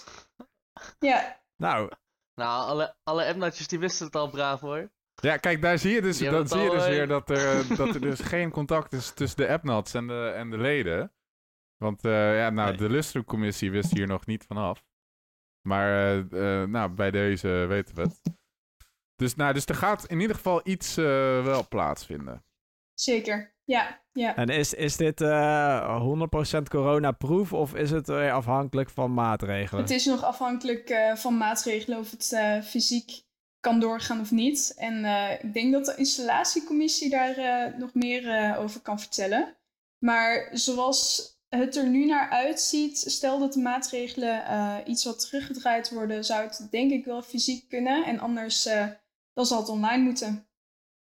Ja. Nou... Nou, alle, alle appnutjes die wisten het al braaf hoor. Ja, kijk, daar zie je dus, Die dan hebben zie je het dus al, weer uh, dat er, dat er dus geen contact is tussen de appnuts en de, en de leden. Want uh, ja, nou, Nee. de Lustrum-commissie wist hier nog niet vanaf. Maar uh, uh, nou, bij deze weten we het. Dus, nou, dus er gaat in ieder geval iets uh, wel plaatsvinden. Zeker, ja. ja. En is, is dit uh, honderd procent coronaproof of is het weer afhankelijk van maatregelen? Het is nog afhankelijk uh, van maatregelen of het uh, fysiek kan doorgaan of niet. En uh, ik denk dat de installatiecommissie daar uh, nog meer uh, over kan vertellen. Maar zoals het er nu naar uitziet, stel dat de maatregelen uh, iets wat teruggedraaid worden, zou het denk ik wel fysiek kunnen. En anders uh, dan zal het online moeten.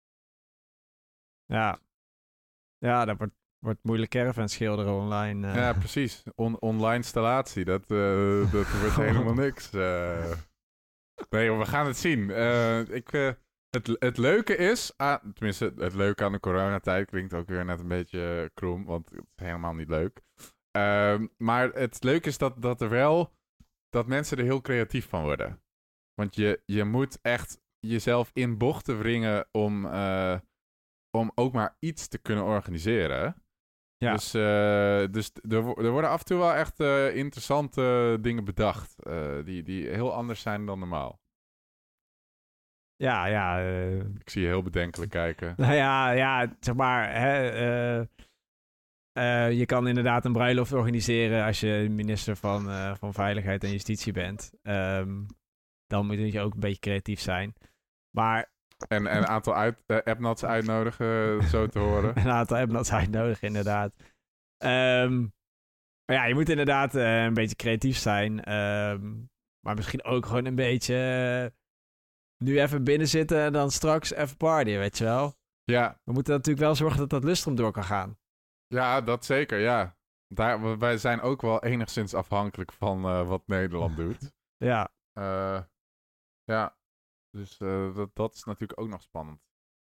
Ja, ja dat wordt, wordt moeilijk caravan schilderen online. Uh. Ja, precies. On- online installatie, dat, uh, dat wordt helemaal niks. Uh... Nee, we gaan het zien. Uh, ik, uh, het, het leuke is, ah, tenminste het leuke aan de coronatijd klinkt ook weer net een beetje krom, want het is helemaal niet leuk. Uh, maar het leuke is dat, dat er wel, dat mensen er heel creatief van worden. Want je, je moet echt jezelf in bochten wringen om, uh, om ook maar iets te kunnen organiseren. Ja. Dus, uh, dus er, er worden af en toe wel echt uh, interessante dingen bedacht. Uh, die, die heel anders zijn dan normaal. Ja, ja. Uh... Ik zie je heel bedenkelijk kijken. Nou ja, ja zeg maar. Hè, uh, uh, je kan inderdaad een bruiloft organiseren als je minister van, uh, van Veiligheid en Justitie bent. Um, dan moet je ook een beetje creatief zijn. Maar... En, en een aantal uit, uh, appnats uitnodigen, zo te horen. Een aantal appnats uitnodigen, inderdaad. Um, maar ja, je moet inderdaad uh, een beetje creatief zijn. Um, maar misschien ook gewoon een beetje... Uh, nu even binnen zitten en dan straks even partyen, weet je wel. Ja. We moeten natuurlijk wel zorgen dat dat lustrum door kan gaan. Ja, dat zeker, ja. Daar, wij zijn ook wel enigszins afhankelijk van uh, wat Nederland doet. Ja. Uh, ja. Dus uh, dat, dat is natuurlijk ook nog spannend.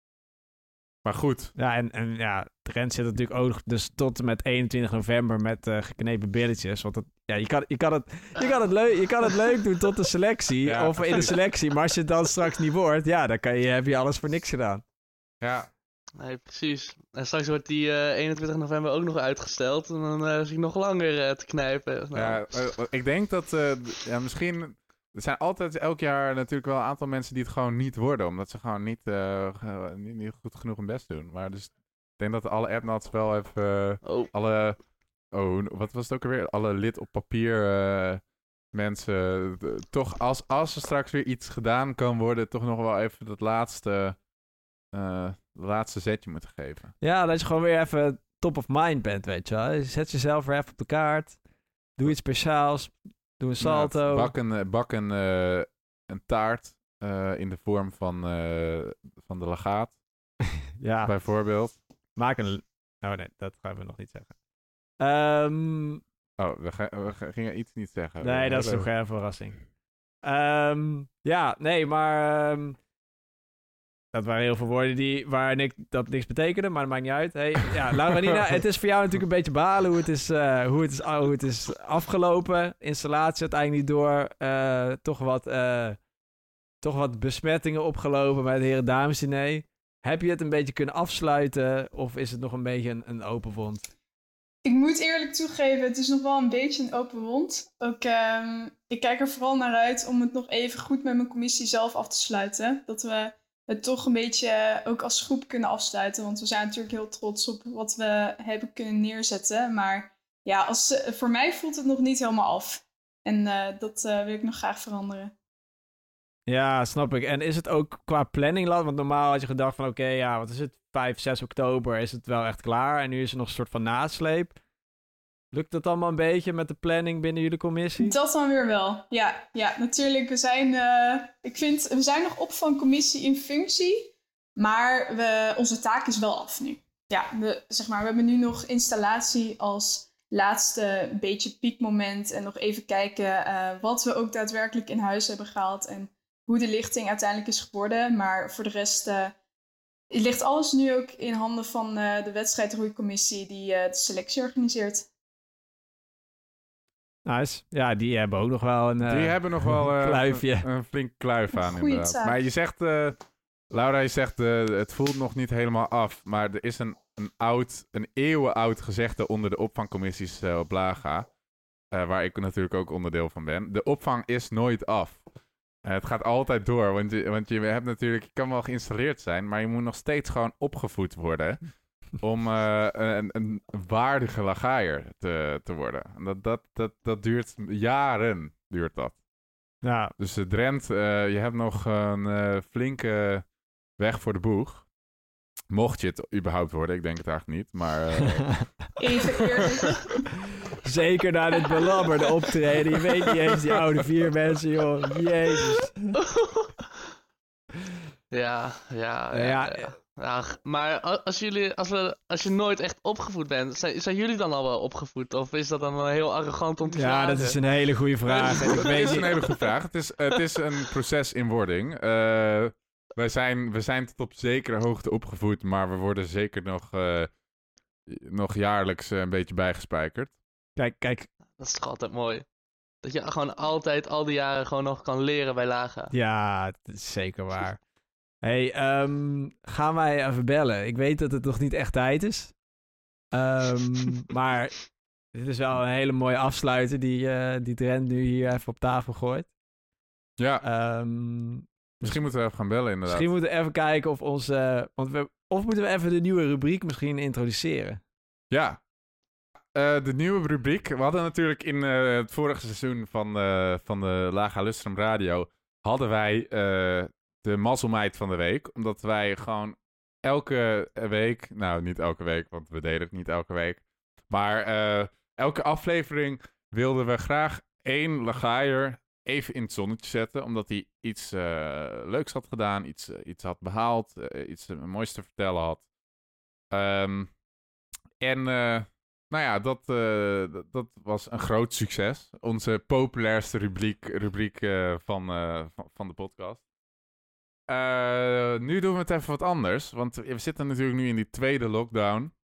Maar goed. Ja, en, en ja, de rent zit natuurlijk ook dus tot en met eenentwintig november met uh, geknepen billetjes. Want dat, ja, je, kan, je, kan het, je, kan het leuk, je kan het leuk doen tot de selectie. Ja, of in de selectie. Maar als je het dan straks niet wordt, ja, dan kan je, heb je alles voor niks gedaan. Ja. Nee, precies. En straks wordt die uh, eenentwintig november ook nog uitgesteld. En dan uh, zie ik nog langer uh, te knijpen. Nou. Ja, uh, ik denk dat uh, ja, misschien... Er zijn altijd elk jaar natuurlijk wel een aantal mensen die het gewoon niet worden. Omdat ze gewoon niet, uh, niet, niet goed genoeg hun best doen. Maar dus ik denk dat alle appnats wel even... Uh, oh. Alle... Oh, wat was het ook alweer? Alle lid op papier uh, mensen... Uh, toch als, als er straks weer iets gedaan kan worden... toch nog wel even dat laatste... Uh, laatste zetje moeten geven. Ja, dat je gewoon weer even top of mind bent, weet je wel. Zet jezelf weer even op de kaart. Doe iets speciaals. Doe een salto. Ja, bak een, bak een, uh, een taart uh, in de vorm van, uh, van de legaat. Ja. Bijvoorbeeld. Maak een... Oh nee, dat gaan we nog niet zeggen. Um... Oh, we, ga, we gingen iets niet zeggen. Nee, dat is nog een verrassing. Um, ja, nee, maar... Um... Dat waren heel veel woorden die, waar niks, dat niks betekende, maar dat maakt niet uit. Hey, ja, Lauranina, het is voor jou natuurlijk een beetje balen hoe het is, uh, hoe het is, hoe het is afgelopen. Installatie uiteindelijk niet door. Uh, toch, wat, uh, toch wat besmettingen opgelopen bij het heren damesdiner. Heb je het een beetje kunnen afsluiten of is het nog een beetje een, een open wond? Ik moet eerlijk toegeven, het is nog wel een beetje een open wond. Ook, um, ik kijk er vooral naar uit om het nog even goed met mijn commissie zelf af te sluiten. Dat we... het toch een beetje ook als groep kunnen afsluiten. Want we zijn natuurlijk heel trots op wat we hebben kunnen neerzetten. Maar ja, als, voor mij voelt het nog niet helemaal af. En uh, dat uh, wil ik nog graag veranderen. Ja, snap ik. En is het ook qua planning laat? Want normaal had je gedacht van oké, okay, ja, wat is het? vijf, zes oktober is het wel echt klaar. En nu is er nog een soort van nasleep. Lukt het allemaal een beetje met de planning binnen jullie commissie? Dat dan weer wel. Ja, ja natuurlijk. We zijn, uh, ik vind, we zijn nog opvangcommissie in functie. Maar we, onze taak is wel af nu. Ja, we, zeg maar, we hebben nu nog installatie als laatste beetje piekmoment. En nog even kijken uh, wat we ook daadwerkelijk in huis hebben gehaald. En hoe de lichting uiteindelijk is geworden. Maar voor de rest uh, ligt alles nu ook in handen van uh, de wedstrijdroeicommissie die uh, de selectie organiseert. Nice. Ja, die hebben ook nog wel een uh, Die hebben nog wel uh, kluifje. Een, een flink kluif aan, Goeie inderdaad. taak. Maar je zegt, uh, Laura, je zegt, uh, het voelt nog niet helemaal af. Maar er is een, een oud, een eeuwenoud gezegde onder de opvangcommissies uh, op Laga. Uh, waar ik natuurlijk ook onderdeel van ben. De opvang is nooit af. Uh, het gaat altijd door, want je, want je hebt natuurlijk, je kan wel geïnstalleerd zijn, maar je moet nog steeds gewoon opgevoed worden om uh, een, een waardige lagaaier te, te worden. En dat, dat, dat, dat duurt jaren, duurt dat. Ja. Dus uh, Drent, uh, je hebt nog een uh, flinke weg voor de boeg. Mocht je het überhaupt worden, ik denk het eigenlijk niet, maar... Uh... Even eerlijk. Zeker na dit belabberde optreden. Je weet niet eens die oude vier mensen, joh. Jezus. Ja, ja, ja. Ja, ja. ja maar als, jullie, als, we, als je nooit echt opgevoed bent, zijn, zijn jullie dan al wel opgevoed? Of is dat dan wel heel arrogant om te Ja, vragen? dat is een hele goede vraag. En ik Het weet is niet... een hele goede vraag. Het is, het is een proces in wording. Uh, wij, zijn, we zijn tot op zekere hoogte opgevoed, maar we worden zeker nog, uh, nog jaarlijks uh, een beetje bijgespijkerd. Kijk, kijk. Dat is toch altijd mooi. Dat je gewoon altijd al die jaren gewoon nog kan leren bij Laga. Ja, dat is zeker waar. Hey, um, gaan wij even bellen? Ik weet dat het nog niet echt tijd is. Um, maar dit is wel een hele mooie afsluiter die, uh, die Drent nu hier even op tafel gooit. Ja. Um, misschien moeten we even gaan bellen inderdaad. Misschien moeten we even kijken of onze... Want we, of moeten we even de nieuwe rubriek misschien introduceren? Ja. Uh, de nieuwe rubriek. We hadden natuurlijk in uh, het vorige seizoen van, uh, van de Laga Lustrum Radio... hadden wij uh, de mazzelmeid van de week. Omdat wij gewoon elke week... Nou, niet elke week, want we deden het niet elke week. Maar uh, elke aflevering wilden we graag één lagaaier even in het zonnetje zetten. Omdat hij iets uh, leuks had gedaan, iets, uh, iets had behaald, uh, iets uh, moois te vertellen had. Um, en... Uh, Nou ja, dat, uh, dat, dat was een groot succes. Onze populairste rubriek, rubriek uh, van, uh, van, van de podcast. Uh, nu doen we het even wat anders. Want we zitten natuurlijk nu in die tweede lockdown.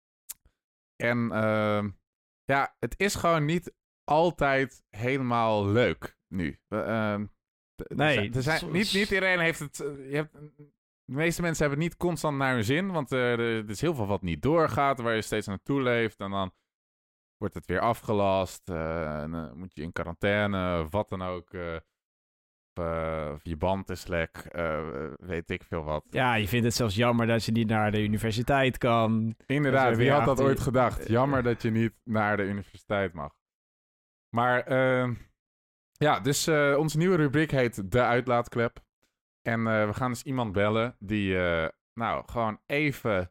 En uh, ja, het is gewoon niet altijd helemaal leuk nu. Uh, nee. Er zijn, niet, niet iedereen heeft het... Uh, je hebt, de meeste mensen hebben het niet constant naar hun zin, want uh, er is heel veel wat niet doorgaat, waar je steeds naartoe leeft. En dan wordt het weer afgelast, uh, en dan moet je in quarantaine, of wat dan ook. Uh, of, uh, of je band is lek, uh, weet ik veel wat. Ja, je vindt het zelfs jammer dat je niet naar de universiteit kan. Inderdaad, wie had dat achter... ooit gedacht? Jammer dat je niet naar de universiteit mag. Maar uh, ja, dus uh, onze nieuwe rubriek heet De Uitlaatklep. En uh, we gaan dus iemand bellen die, uh, nou, gewoon even,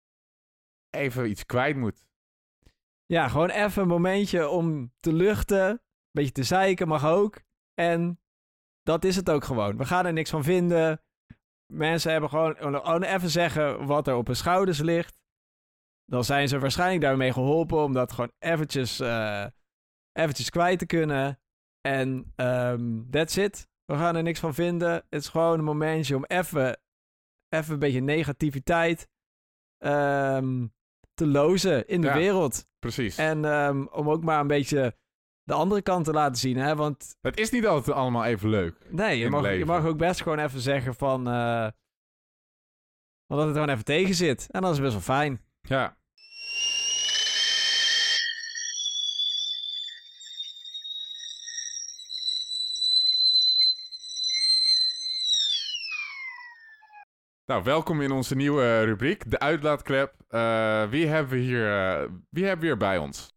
even iets kwijt moet. Ja, gewoon even een momentje om te luchten. Een beetje te zeiken mag ook. En dat is het ook gewoon. We gaan er niks van vinden. Mensen hebben gewoon, gewoon even zeggen wat er op hun schouders ligt. Dan zijn ze waarschijnlijk daarmee geholpen om dat gewoon eventjes, uh, eventjes kwijt te kunnen. En um, that's it. We gaan er niks van vinden. Het is gewoon een momentje om even, even een beetje negativiteit um, te lozen in de ja, wereld. Precies. En um, om ook maar een beetje de andere kant te laten zien. Hè? Want het is niet altijd allemaal even leuk. Nee, je mag, je mag ook best gewoon even zeggen van... Uh, dat het gewoon even tegen zit. En dat is best wel fijn. Ja. Nou, welkom in onze nieuwe rubriek, de Uitlaatklep. Uh, wie hebben we hier, uh, wie hebben we hier bij ons?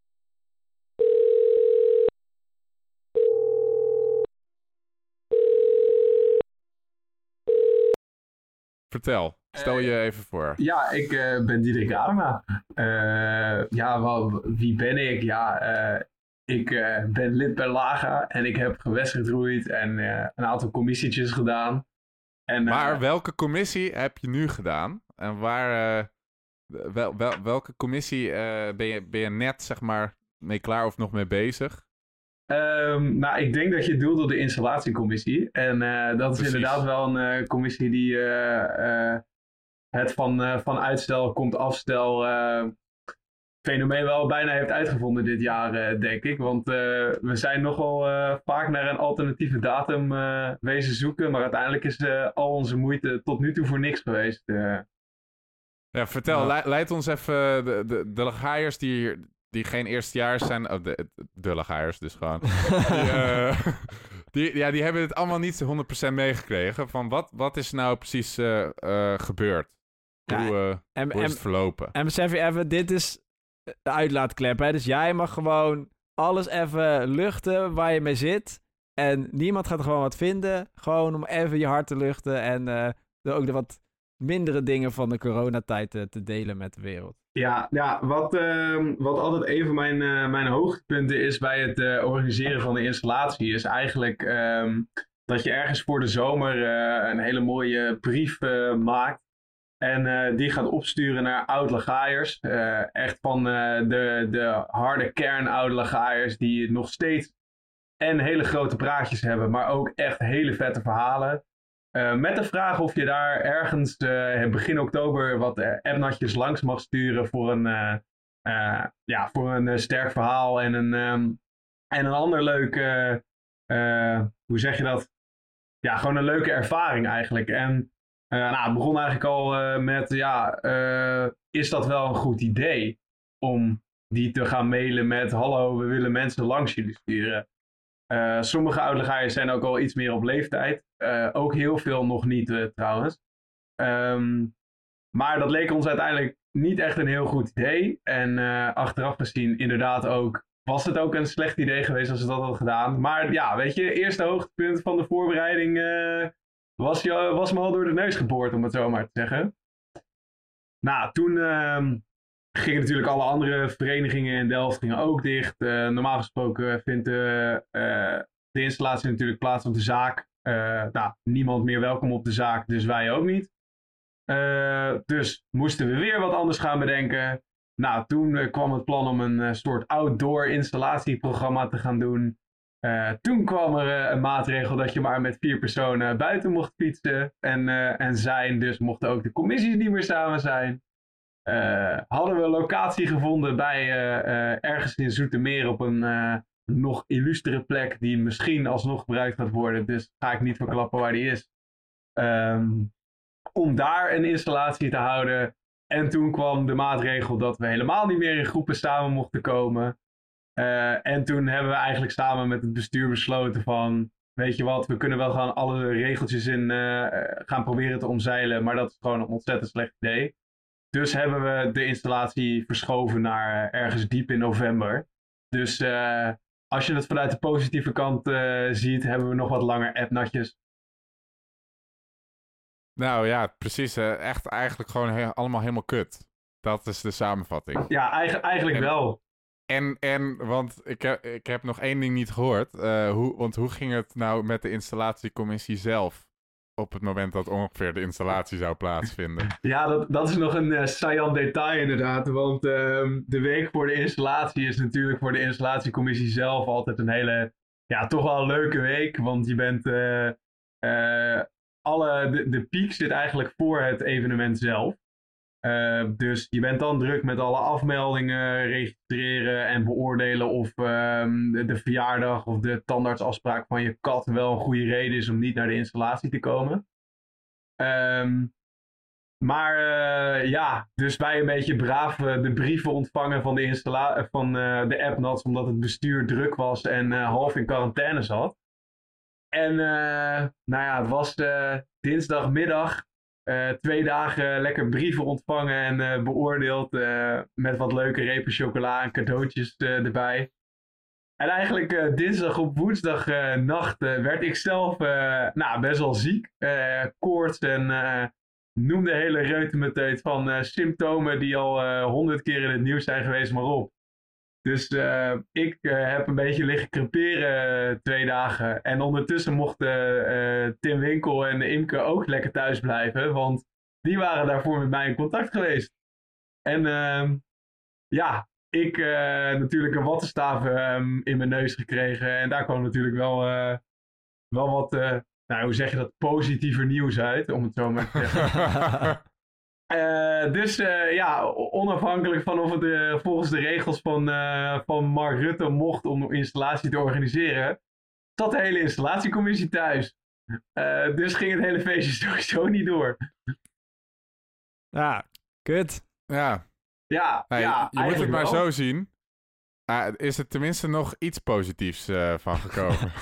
Vertel, stel je even voor. Ja, ik uh, ben Diederik Adema. Uh, ja, wel, wie ben ik? Ja, uh, ik uh, ben lid bij Laga en ik heb gewestgeroeid en uh, een aantal commissietjes gedaan. En, uh, maar welke commissie heb je nu gedaan? En waar, uh, wel, wel, welke commissie uh, ben, je, ben je net, zeg maar, mee klaar of nog mee bezig? Um, nou, ik denk dat je doelt op de installatiecommissie. En uh, dat is Precies. inderdaad wel een uh, commissie die uh, uh, het van, uh, van uitstel komt afstel uh, fenomeen wel bijna heeft uitgevonden dit jaar, uh, denk ik. Want uh, we zijn nogal uh, vaak naar een alternatieve datum uh, wezen zoeken. Maar uiteindelijk is uh, al onze moeite tot nu toe voor niks geweest. Uh. Ja, vertel, ja. Le- leid ons even de, de, de lagaaiers die hier... Die geen eerstejaars zijn, oh, de, de lagaaiers dus gewoon. die, uh, Die, ja, die hebben het allemaal niet honderd procent meegekregen. Van wat, wat is nou precies uh, uh, gebeurd? Hoe, uh, en, hoe is en, het verlopen? En besef je even, dit is de uitlaatklep. Hè? Dus jij mag gewoon alles even luchten waar je mee zit. En niemand gaat er gewoon wat vinden. Gewoon om even je hart te luchten. En uh, de, ook de wat mindere dingen van de coronatijd te, te delen met de wereld. Ja, ja wat, uh, wat altijd een van mijn, uh, mijn hoogtepunten is bij het uh, organiseren van de installatie, is eigenlijk um, dat je ergens voor de zomer uh, een hele mooie brief uh, maakt. En uh, die gaat opsturen naar oud-Lagaaiers. Uh, echt van uh, de, de harde kern oud-Lagaaiers die nog steeds en hele grote praatjes hebben, maar ook echt hele vette verhalen. Uh, met de vraag of je daar ergens uh, begin oktober wat uh, appnatjes langs mag sturen voor een, uh, uh, ja, voor een uh, sterk verhaal en een, um, en een ander leuk, uh, uh, hoe zeg je dat? Ja, gewoon een leuke ervaring eigenlijk. En uh, nou, het begon eigenlijk al uh, met, ja, uh, is dat wel een goed idee om die te gaan mailen met, hallo, we willen mensen langs jullie sturen. Uh, sommige oud-Lagaaiers zijn ook al iets meer op leeftijd. Uh, ook heel veel nog niet uh, trouwens. Um, maar dat leek ons uiteindelijk niet echt een heel goed idee. En uh, achteraf gezien inderdaad ook, was het ook een slecht idee geweest als ze dat hadden gedaan. Maar ja, weet je, eerste hoogtepunt van de voorbereiding uh, was, je, was me al door de neus geboord, om het zo maar te zeggen. Nou, toen uh, gingen natuurlijk alle andere verenigingen in Delft gingen ook dicht. Uh, normaal gesproken vindt uh, uh, de installatie natuurlijk plaats op de zaak. Uh, nou, niemand meer welkom op de zaak, dus wij ook niet. Uh, dus moesten we weer wat anders gaan bedenken. Nou, toen uh, kwam het plan om een uh, soort outdoor installatieprogramma te gaan doen. Uh, toen kwam er uh, een maatregel dat je maar met vier personen buiten mocht fietsen en, uh, en zijn. Dus mochten ook de commissies niet meer samen zijn. Uh, hadden we een locatie gevonden bij uh, uh, ergens in Zoetermeer op een uh, nog illustere plek die misschien alsnog gebruikt gaat worden. Dus ga ik niet verklappen waar die is. Um, om daar een installatie te houden. En toen kwam de maatregel dat we helemaal niet meer in groepen samen mochten komen. Uh, en toen hebben we eigenlijk samen met het bestuur besloten van, weet je wat, we kunnen wel gaan alle regeltjes in uh, gaan proberen te omzeilen, maar dat is gewoon een ontzettend slecht idee. Dus hebben we de installatie verschoven naar uh, ergens diep in november. Dus uh, als je het vanuit de positieve kant uh, ziet, hebben we nog wat langer appnatjes. Nou ja, precies. Hè. Echt eigenlijk gewoon he- allemaal helemaal kut. Dat is de samenvatting. Ja, eigen, eigenlijk en, wel. En, en, want ik heb, ik heb nog één ding niet gehoord. Uh, hoe, want hoe ging het nou met de installatiecommissie zelf? Op het moment dat ongeveer de installatie zou plaatsvinden. Ja, dat, dat is nog een uh, saillant detail inderdaad. Want uh, de week voor de installatie is natuurlijk voor de installatiecommissie zelf altijd een hele, ja, toch wel een leuke week. Want je bent, uh, uh, alle, de, de piek zit eigenlijk voor het evenement zelf. Uh, dus je bent dan druk met alle afmeldingen, registreren en beoordelen of um, de, de verjaardag of de tandartsafspraak van je kat wel een goede reden is om niet naar de installatie te komen. Um, maar uh, ja, dus wij een beetje braaf uh, de brieven ontvangen van de, installa- van, uh, de appnats omdat het bestuur druk was en uh, half in quarantaine zat. En uh, nou ja, het was uh, dinsdagmiddag. Uh, twee dagen lekker brieven ontvangen en uh, beoordeeld uh, met wat leuke repen chocola en cadeautjes uh, erbij. En eigenlijk uh, dinsdag op woensdag uh, nacht uh, werd ik zelf uh, nou, best wel ziek. Uh, koorts en uh, noem de hele reutemeteut van uh, symptomen die al honderd uh, keer in het nieuws zijn geweest, maar op. Dus uh, ik uh, heb een beetje liggen creperen uh, twee dagen. En ondertussen mochten uh, Tim Winkel en Imke ook lekker thuis blijven. Want die waren daarvoor met mij in contact geweest. En uh, ja, ik uh, natuurlijk een wattenstaaf uh, in mijn neus gekregen. En daar kwam natuurlijk wel, uh, wel wat, uh, nou hoe zeg je dat, positiever nieuws uit. Om het zo maar te zeggen. Uh, dus uh, ja, onafhankelijk van of het uh, volgens de regels van, uh, van Mark Rutte mocht om de installatie te organiseren, zat de hele installatiecommissie thuis. Uh, dus ging het hele feestje sowieso niet door. Ja, kut. Ja. Ja, Nee, ja je moet het maar wel. zo zien. Ah, is er tenminste nog iets positiefs uh, van gekomen?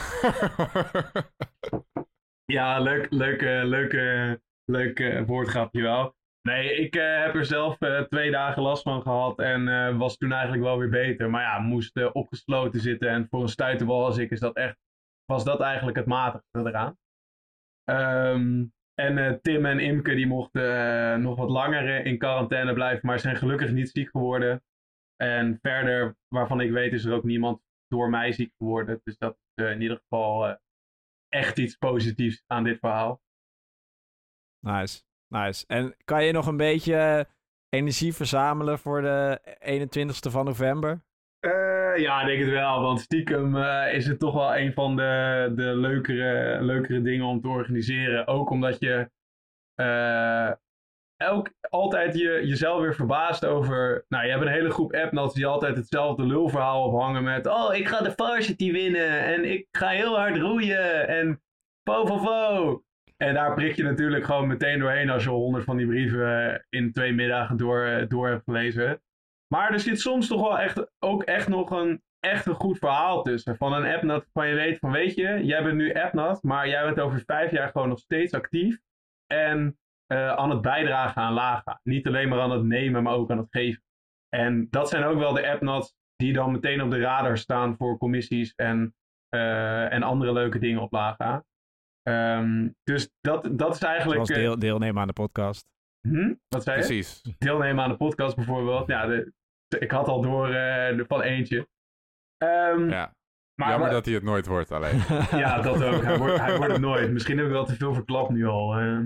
Ja, leuk, leuk, uh, leuk, uh, leuk uh, woordgrapje wel. Nee, ik uh, heb er zelf uh, twee dagen last van gehad en uh, was toen eigenlijk wel weer beter. Maar ja, moest uh, opgesloten zitten en voor een stuiterbal als ik is dat echt, was dat eigenlijk het matigste eraan. Um, en uh, Tim en Imke die mochten uh, nog wat langer in quarantaine blijven, maar zijn gelukkig niet ziek geworden. En verder, waarvan ik weet, is er ook niemand door mij ziek geworden. Dus dat is uh, in ieder geval uh, echt iets positiefs aan dit verhaal. Nice, nice. En kan je nog een beetje energie verzamelen voor de eenentwintigste van november? Uh, ja, ik denk het wel. Want stiekem uh, is het toch wel een van de, de leukere, leukere dingen om te organiseren. Ook omdat je uh, elk, altijd je, jezelf weer verbaast over... Nou, je hebt een hele groep appnots die altijd hetzelfde lulverhaal ophangen met... Oh, ik ga de varsity winnen en ik ga heel hard roeien en fo fo fo. En daar prik je natuurlijk gewoon meteen doorheen als je honderd van die brieven in twee middagen door, door hebt gelezen. Maar er zit soms toch wel echt, ook echt nog een, echt een goed verhaal tussen. Van een appnat van je weet van, weet je, jij bent nu appnat, maar jij bent over vijf jaar gewoon nog steeds actief. En uh, aan het bijdragen aan Laga. Niet alleen maar aan het nemen, maar ook aan het geven. En dat zijn ook wel de appnats die dan meteen op de radar staan voor commissies en, uh, en andere leuke dingen op Laga. Um, dus dat, dat is eigenlijk... Zoals deel, deelnemen aan de podcast. Hm? Wat zei je? Precies. Deelnemen aan de podcast bijvoorbeeld. Ja, de, ik had al door uh, van eentje. Um, ja. Maar, Jammer maar, dat hij het nooit wordt alleen. Ja, dat ook. Hij wordt, hij wordt het nooit. Misschien heb ik wel te veel verklapt nu al. Uh,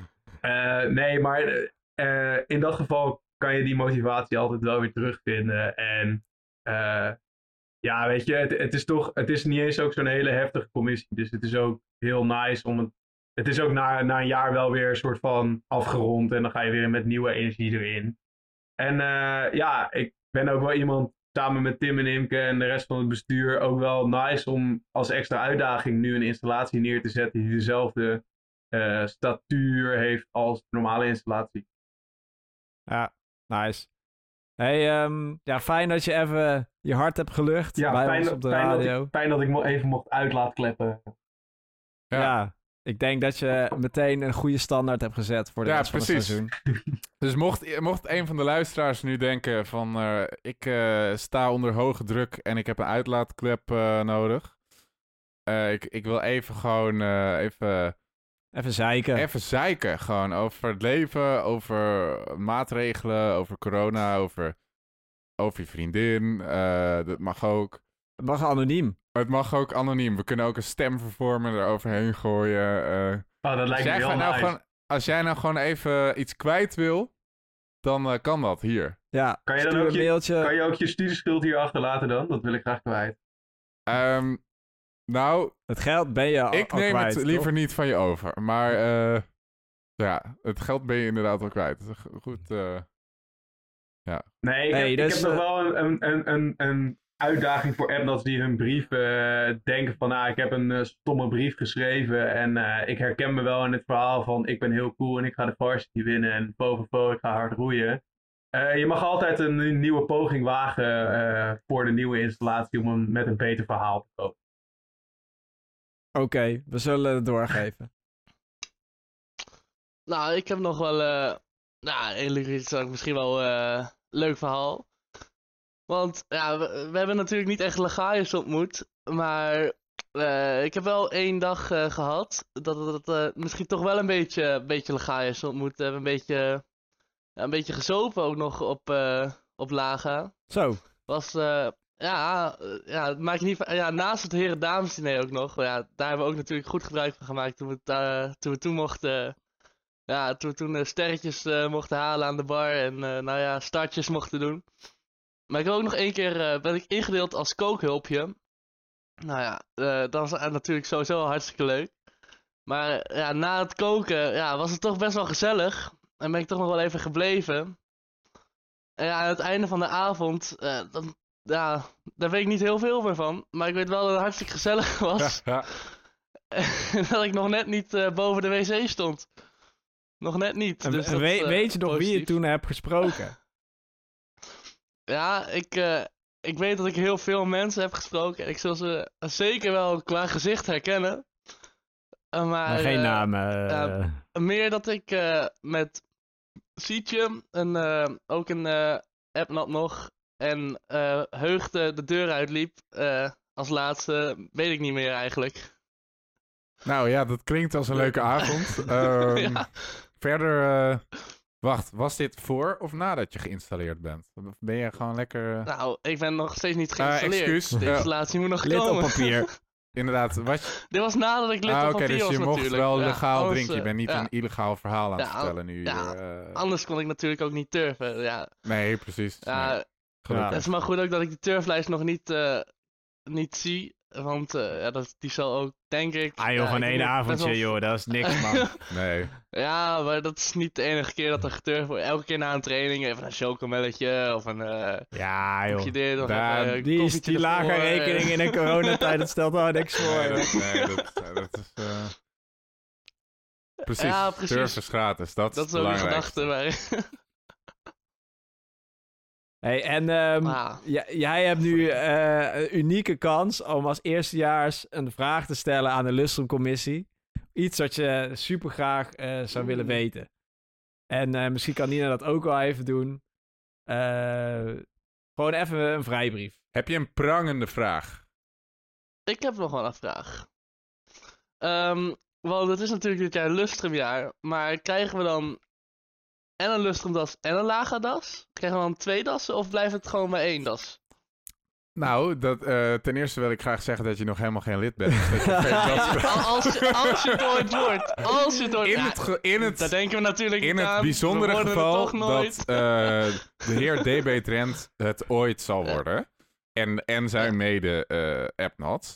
uh, nee, maar uh, in dat geval kan je die motivatie altijd wel weer terugvinden. En uh, ja, weet je, het, het is toch, het is niet eens ook zo'n hele heftige commissie. Dus het is ook heel nice om het, het is ook na, na een jaar wel weer een soort van afgerond. En dan ga je weer met nieuwe energie erin. En uh, ja, ik ben ook wel iemand, samen met Tim en Imke en de rest van het bestuur, ook wel nice om als extra uitdaging nu een installatie neer te zetten die dezelfde uh, statuur heeft als de normale installatie. Ja, nice. Hey, um, ja, fijn dat je even je hart hebt gelucht ja, bij fijn, ons op de fijn radio. Dat ik, fijn dat ik mo- even mocht uitlaatkleppen. Ja. ja, ik denk dat je meteen een goede standaard hebt gezet voor de ja, rest van precies. het seizoen. Dus mocht, mocht een van de luisteraars nu denken van... Uh, ik uh, sta onder hoge druk en ik heb een uitlaatklep uh, nodig. Uh, ik, ik wil even gewoon uh, even... Even zeiken. Even zeiken, gewoon over het leven, over maatregelen, over corona, over, over je vriendin. Uh, dat mag ook. Het mag anoniem. Het mag ook anoniem. We kunnen ook een stemvervormer eroverheen gooien. Uh, oh, dat lijkt me heel nou nice. gewoon, als jij nou gewoon even iets kwijt wil, dan uh, kan dat hier. Ja, kan je dan ook een je, mailtje. Kan je ook je studieschuld hier achterlaten dan? Dat wil ik graag kwijt. Um, nou... Het geld ben je al, Ik al neem kwijt, het liever toch? niet van je over. Maar uh, ja, het geld ben je inderdaad al kwijt. Goed, uh, ja. Nee, ik, hey, heb, dus, ik heb uh, nog wel een, een, een, een uitdaging voor appnots die hun brief uh, denken van... Ah, ik heb een uh, stomme brief geschreven en uh, ik herken me wel in het verhaal van... Ik ben heel cool en ik ga de varsity winnen en po po po, ik ga hard roeien. Uh, je mag altijd een nieuwe poging wagen uh, voor de nieuwe installatie om een, met een beter verhaal te komen. Oké, okay, we zullen het doorgeven. Nou, ik heb nog wel... Uh, nou, eerlijk gezegd misschien wel een uh, leuk verhaal. Want ja, we, we hebben natuurlijk niet echt Lagaaiers ontmoet. Maar uh, ik heb wel één dag uh, gehad. Dat we uh, misschien toch wel een beetje, een beetje Lagaaiers ontmoet hebben. Een beetje, ja, een beetje gezopen ook nog op, uh, op Laga. Zo. Was... Uh, Ja, ja, het maakt niet van, ja, naast het heren dames diner ook nog. Ja, daar hebben we ook natuurlijk goed gebruik van gemaakt toen we, uh, toen, we toen mochten. Ja, toen we toen uh, sterretjes uh, mochten halen aan de bar en uh, nou ja, startjes mochten doen. Maar ik heb ook nog één keer uh, ben ik ingedeeld als kookhulpje. Nou ja, uh, dat was uh, natuurlijk sowieso hartstikke leuk. Maar ja, na het koken ja, was het toch best wel gezellig. En ben ik toch nog wel even gebleven. En ja, aan het einde van de avond, uh, dan ja, daar weet ik niet heel veel meer van. Maar ik weet wel dat het hartstikke gezellig was. Ja, ja. En dat ik nog net niet uh, boven de wc stond. Nog net niet. Dus en dat, weet, uh, weet je nog positief. wie je toen hebt gesproken? Ja, ik, uh, ik weet dat ik heel veel mensen heb gesproken. En ik zal ze zeker wel qua gezicht herkennen. Uh, maar, Maar geen uh, namen. uh, meer dat ik uh, met Sietje en uh, ook een uh, Appnat nog en uh, Heugde de deur uitliep. Uh, als laatste weet ik niet meer eigenlijk. Nou ja, dat klinkt als een leuke avond. Um, ja. Verder, uh, wacht, was dit voor of nadat je geïnstalleerd bent? Ben je gewoon lekker... Uh... Nou, ik ben nog steeds niet geïnstalleerd. Uh, excuus. De installatie moet nog Lid komen. op papier. Inderdaad. Wat... Dit was nadat ik lid ah, op okay, papier dus was je natuurlijk. mocht wel ja, legaal anders, drinken. Je bent niet ja. een illegaal verhaal aan het ja, vertellen nu. Ja, hier, uh... anders kon ik natuurlijk ook niet turven. Ja. Nee, precies. Ja, nee. Gelukkig. Het is maar goed ook dat ik die turflijst nog niet, uh, niet zie. Want uh, ja, dat, die zal ook, denk ik... Ah joh, ja, gewoon één avondje wel... joh, dat is niks man. Nee. Ja, maar dat is niet de enige keer dat er geturfd wordt. Elke keer na een training even een chocomelletje of een... Uh, ja joh, dit, of daar, een, uh, die, is, die lage ervoor, rekening in een coronatijd, dat stelt wel niks voor. Nee, dat, nee, dat, dat is... Uh... Precies, ja, precies. turf is gratis, dat, dat is is ook het een gedachte. Maar... Hey, en um, ah. j- jij hebt nu uh, een unieke kans om als eerstejaars een vraag te stellen aan de Lustrum-commissie. Iets wat je super graag uh, zou willen weten. En uh, misschien kan Nina dat ook wel even doen. Uh, gewoon even een vrijbrief. Heb je een prangende vraag? Ik heb nog wel een vraag. Um, want het is natuurlijk dit jaar Lustrumjaar, maar krijgen we dan en een Lustrumdas en een Lagadas? Krijgen we dan twee dassen of blijft het gewoon bij één das? Nou, dat, uh, ten eerste wil ik graag zeggen dat je nog helemaal geen lid bent. Dus dat je geen das... als, je, als je het ooit wordt. Als je het ooit... In het, ge- in het, daar denken we natuurlijk in niet aan. het bijzondere geval nooit. dat uh, de heer D B Trent het ooit zal worden. En, en zijn mede uh, Appnat.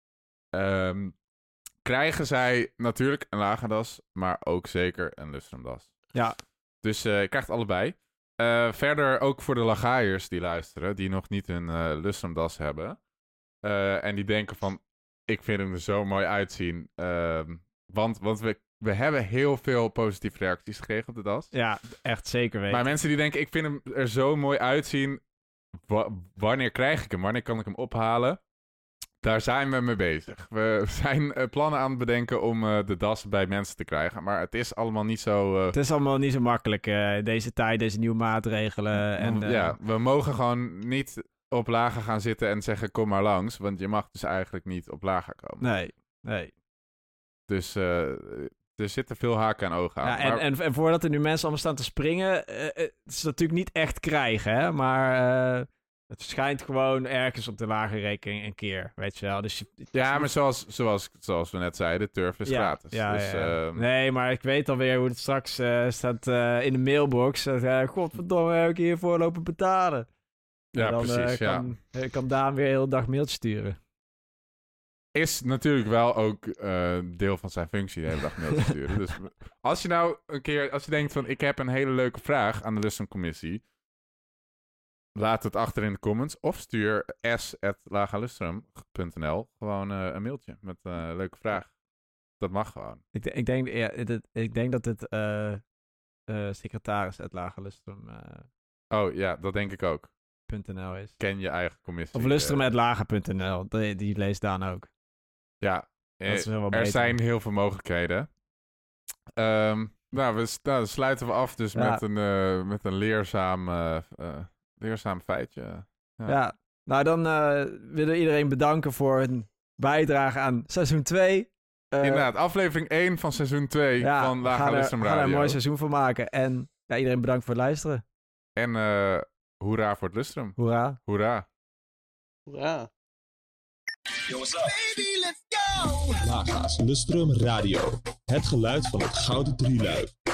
Um, krijgen zij natuurlijk een Lagadas, maar ook zeker een Lustrumdas. Ja. Dus uh, je krijgt allebei. Uh, verder ook voor de Lagaaiers die luisteren, die nog niet een uh, Lustrumdas hebben. Uh, en die denken van, ik vind hem er zo mooi uitzien. Uh, want want we, we hebben heel veel positieve reacties gekregen op de das. Ja, echt zeker weten. Maar mensen die denken, ik vind hem er zo mooi uitzien. Wa- wanneer krijg ik hem? Wanneer kan ik hem ophalen? Daar zijn we mee bezig. We zijn uh, plannen aan het bedenken om uh, de das bij mensen te krijgen. Maar het is allemaal niet zo... Uh... Het is allemaal niet zo makkelijk. Uh, deze tijd, deze nieuwe maatregelen. En, uh... Ja, we mogen gewoon niet op lager gaan zitten en zeggen kom maar langs. Want je mag dus eigenlijk niet op lager komen. Nee, nee. Dus uh, er zitten veel haken en ogen aan. Ja, en, maar... en, en voordat er nu mensen allemaal staan te springen... Uh, het is natuurlijk niet echt krijgen, hè. Maar... Uh... Het schijnt gewoon ergens op de lage rekening een keer, weet je wel. Dus je, ja, maar zoals, zoals, zoals we net zeiden, turf is ja, gratis. Ja, dus, ja. Uh... Nee, maar ik weet alweer hoe het straks uh, staat uh, in de mailbox. Uh, Godverdomme, heb ik hiervoor lopen betalen. Ja, dan, precies, uh, kan, ja. uh, kan Daan weer de hele dag mailtjes sturen. Is natuurlijk wel ook uh, deel van zijn functie de hele dag mailtjes sturen. Dus als je nou een keer, als je denkt van ik heb een hele leuke vraag aan de Lustrum-commissie... Laat het achter in de comments. Of stuur s at lagalustrum punt n l gewoon uh, een mailtje met uh, een leuke vraag. Dat mag gewoon. Ik, de, ik, denk, ja, dit, ik denk dat dit uh, uh, secretaris at lagalustrum uh, oh ja, dat denk ik ook. .nl is. Ken je eigen commissie. Of lustrum at laga punt n l. Die, die leest Daan ook. Ja, dat is wel er beter. zijn heel veel mogelijkheden. Um, nou, we, nou, dan sluiten we af dus ja. met, een, uh, met een leerzaam... Uh, uh, Leerzaam feitje. Ja, ja. Nou dan uh, willen we iedereen bedanken voor hun bijdrage aan seizoen twee. Uh, Inderdaad, aflevering één van seizoen twee ja, van Laga Lustrum Radio. We gaan er een mooi seizoen van maken. En ja, iedereen bedankt voor het luisteren. En uh, hoera voor het Lustrum. Hoera. Hoera. Hoera. Yo, what's up? Baby, let's go! Laga's Lustrum Radio. Het geluid van het Gouden Drieluik.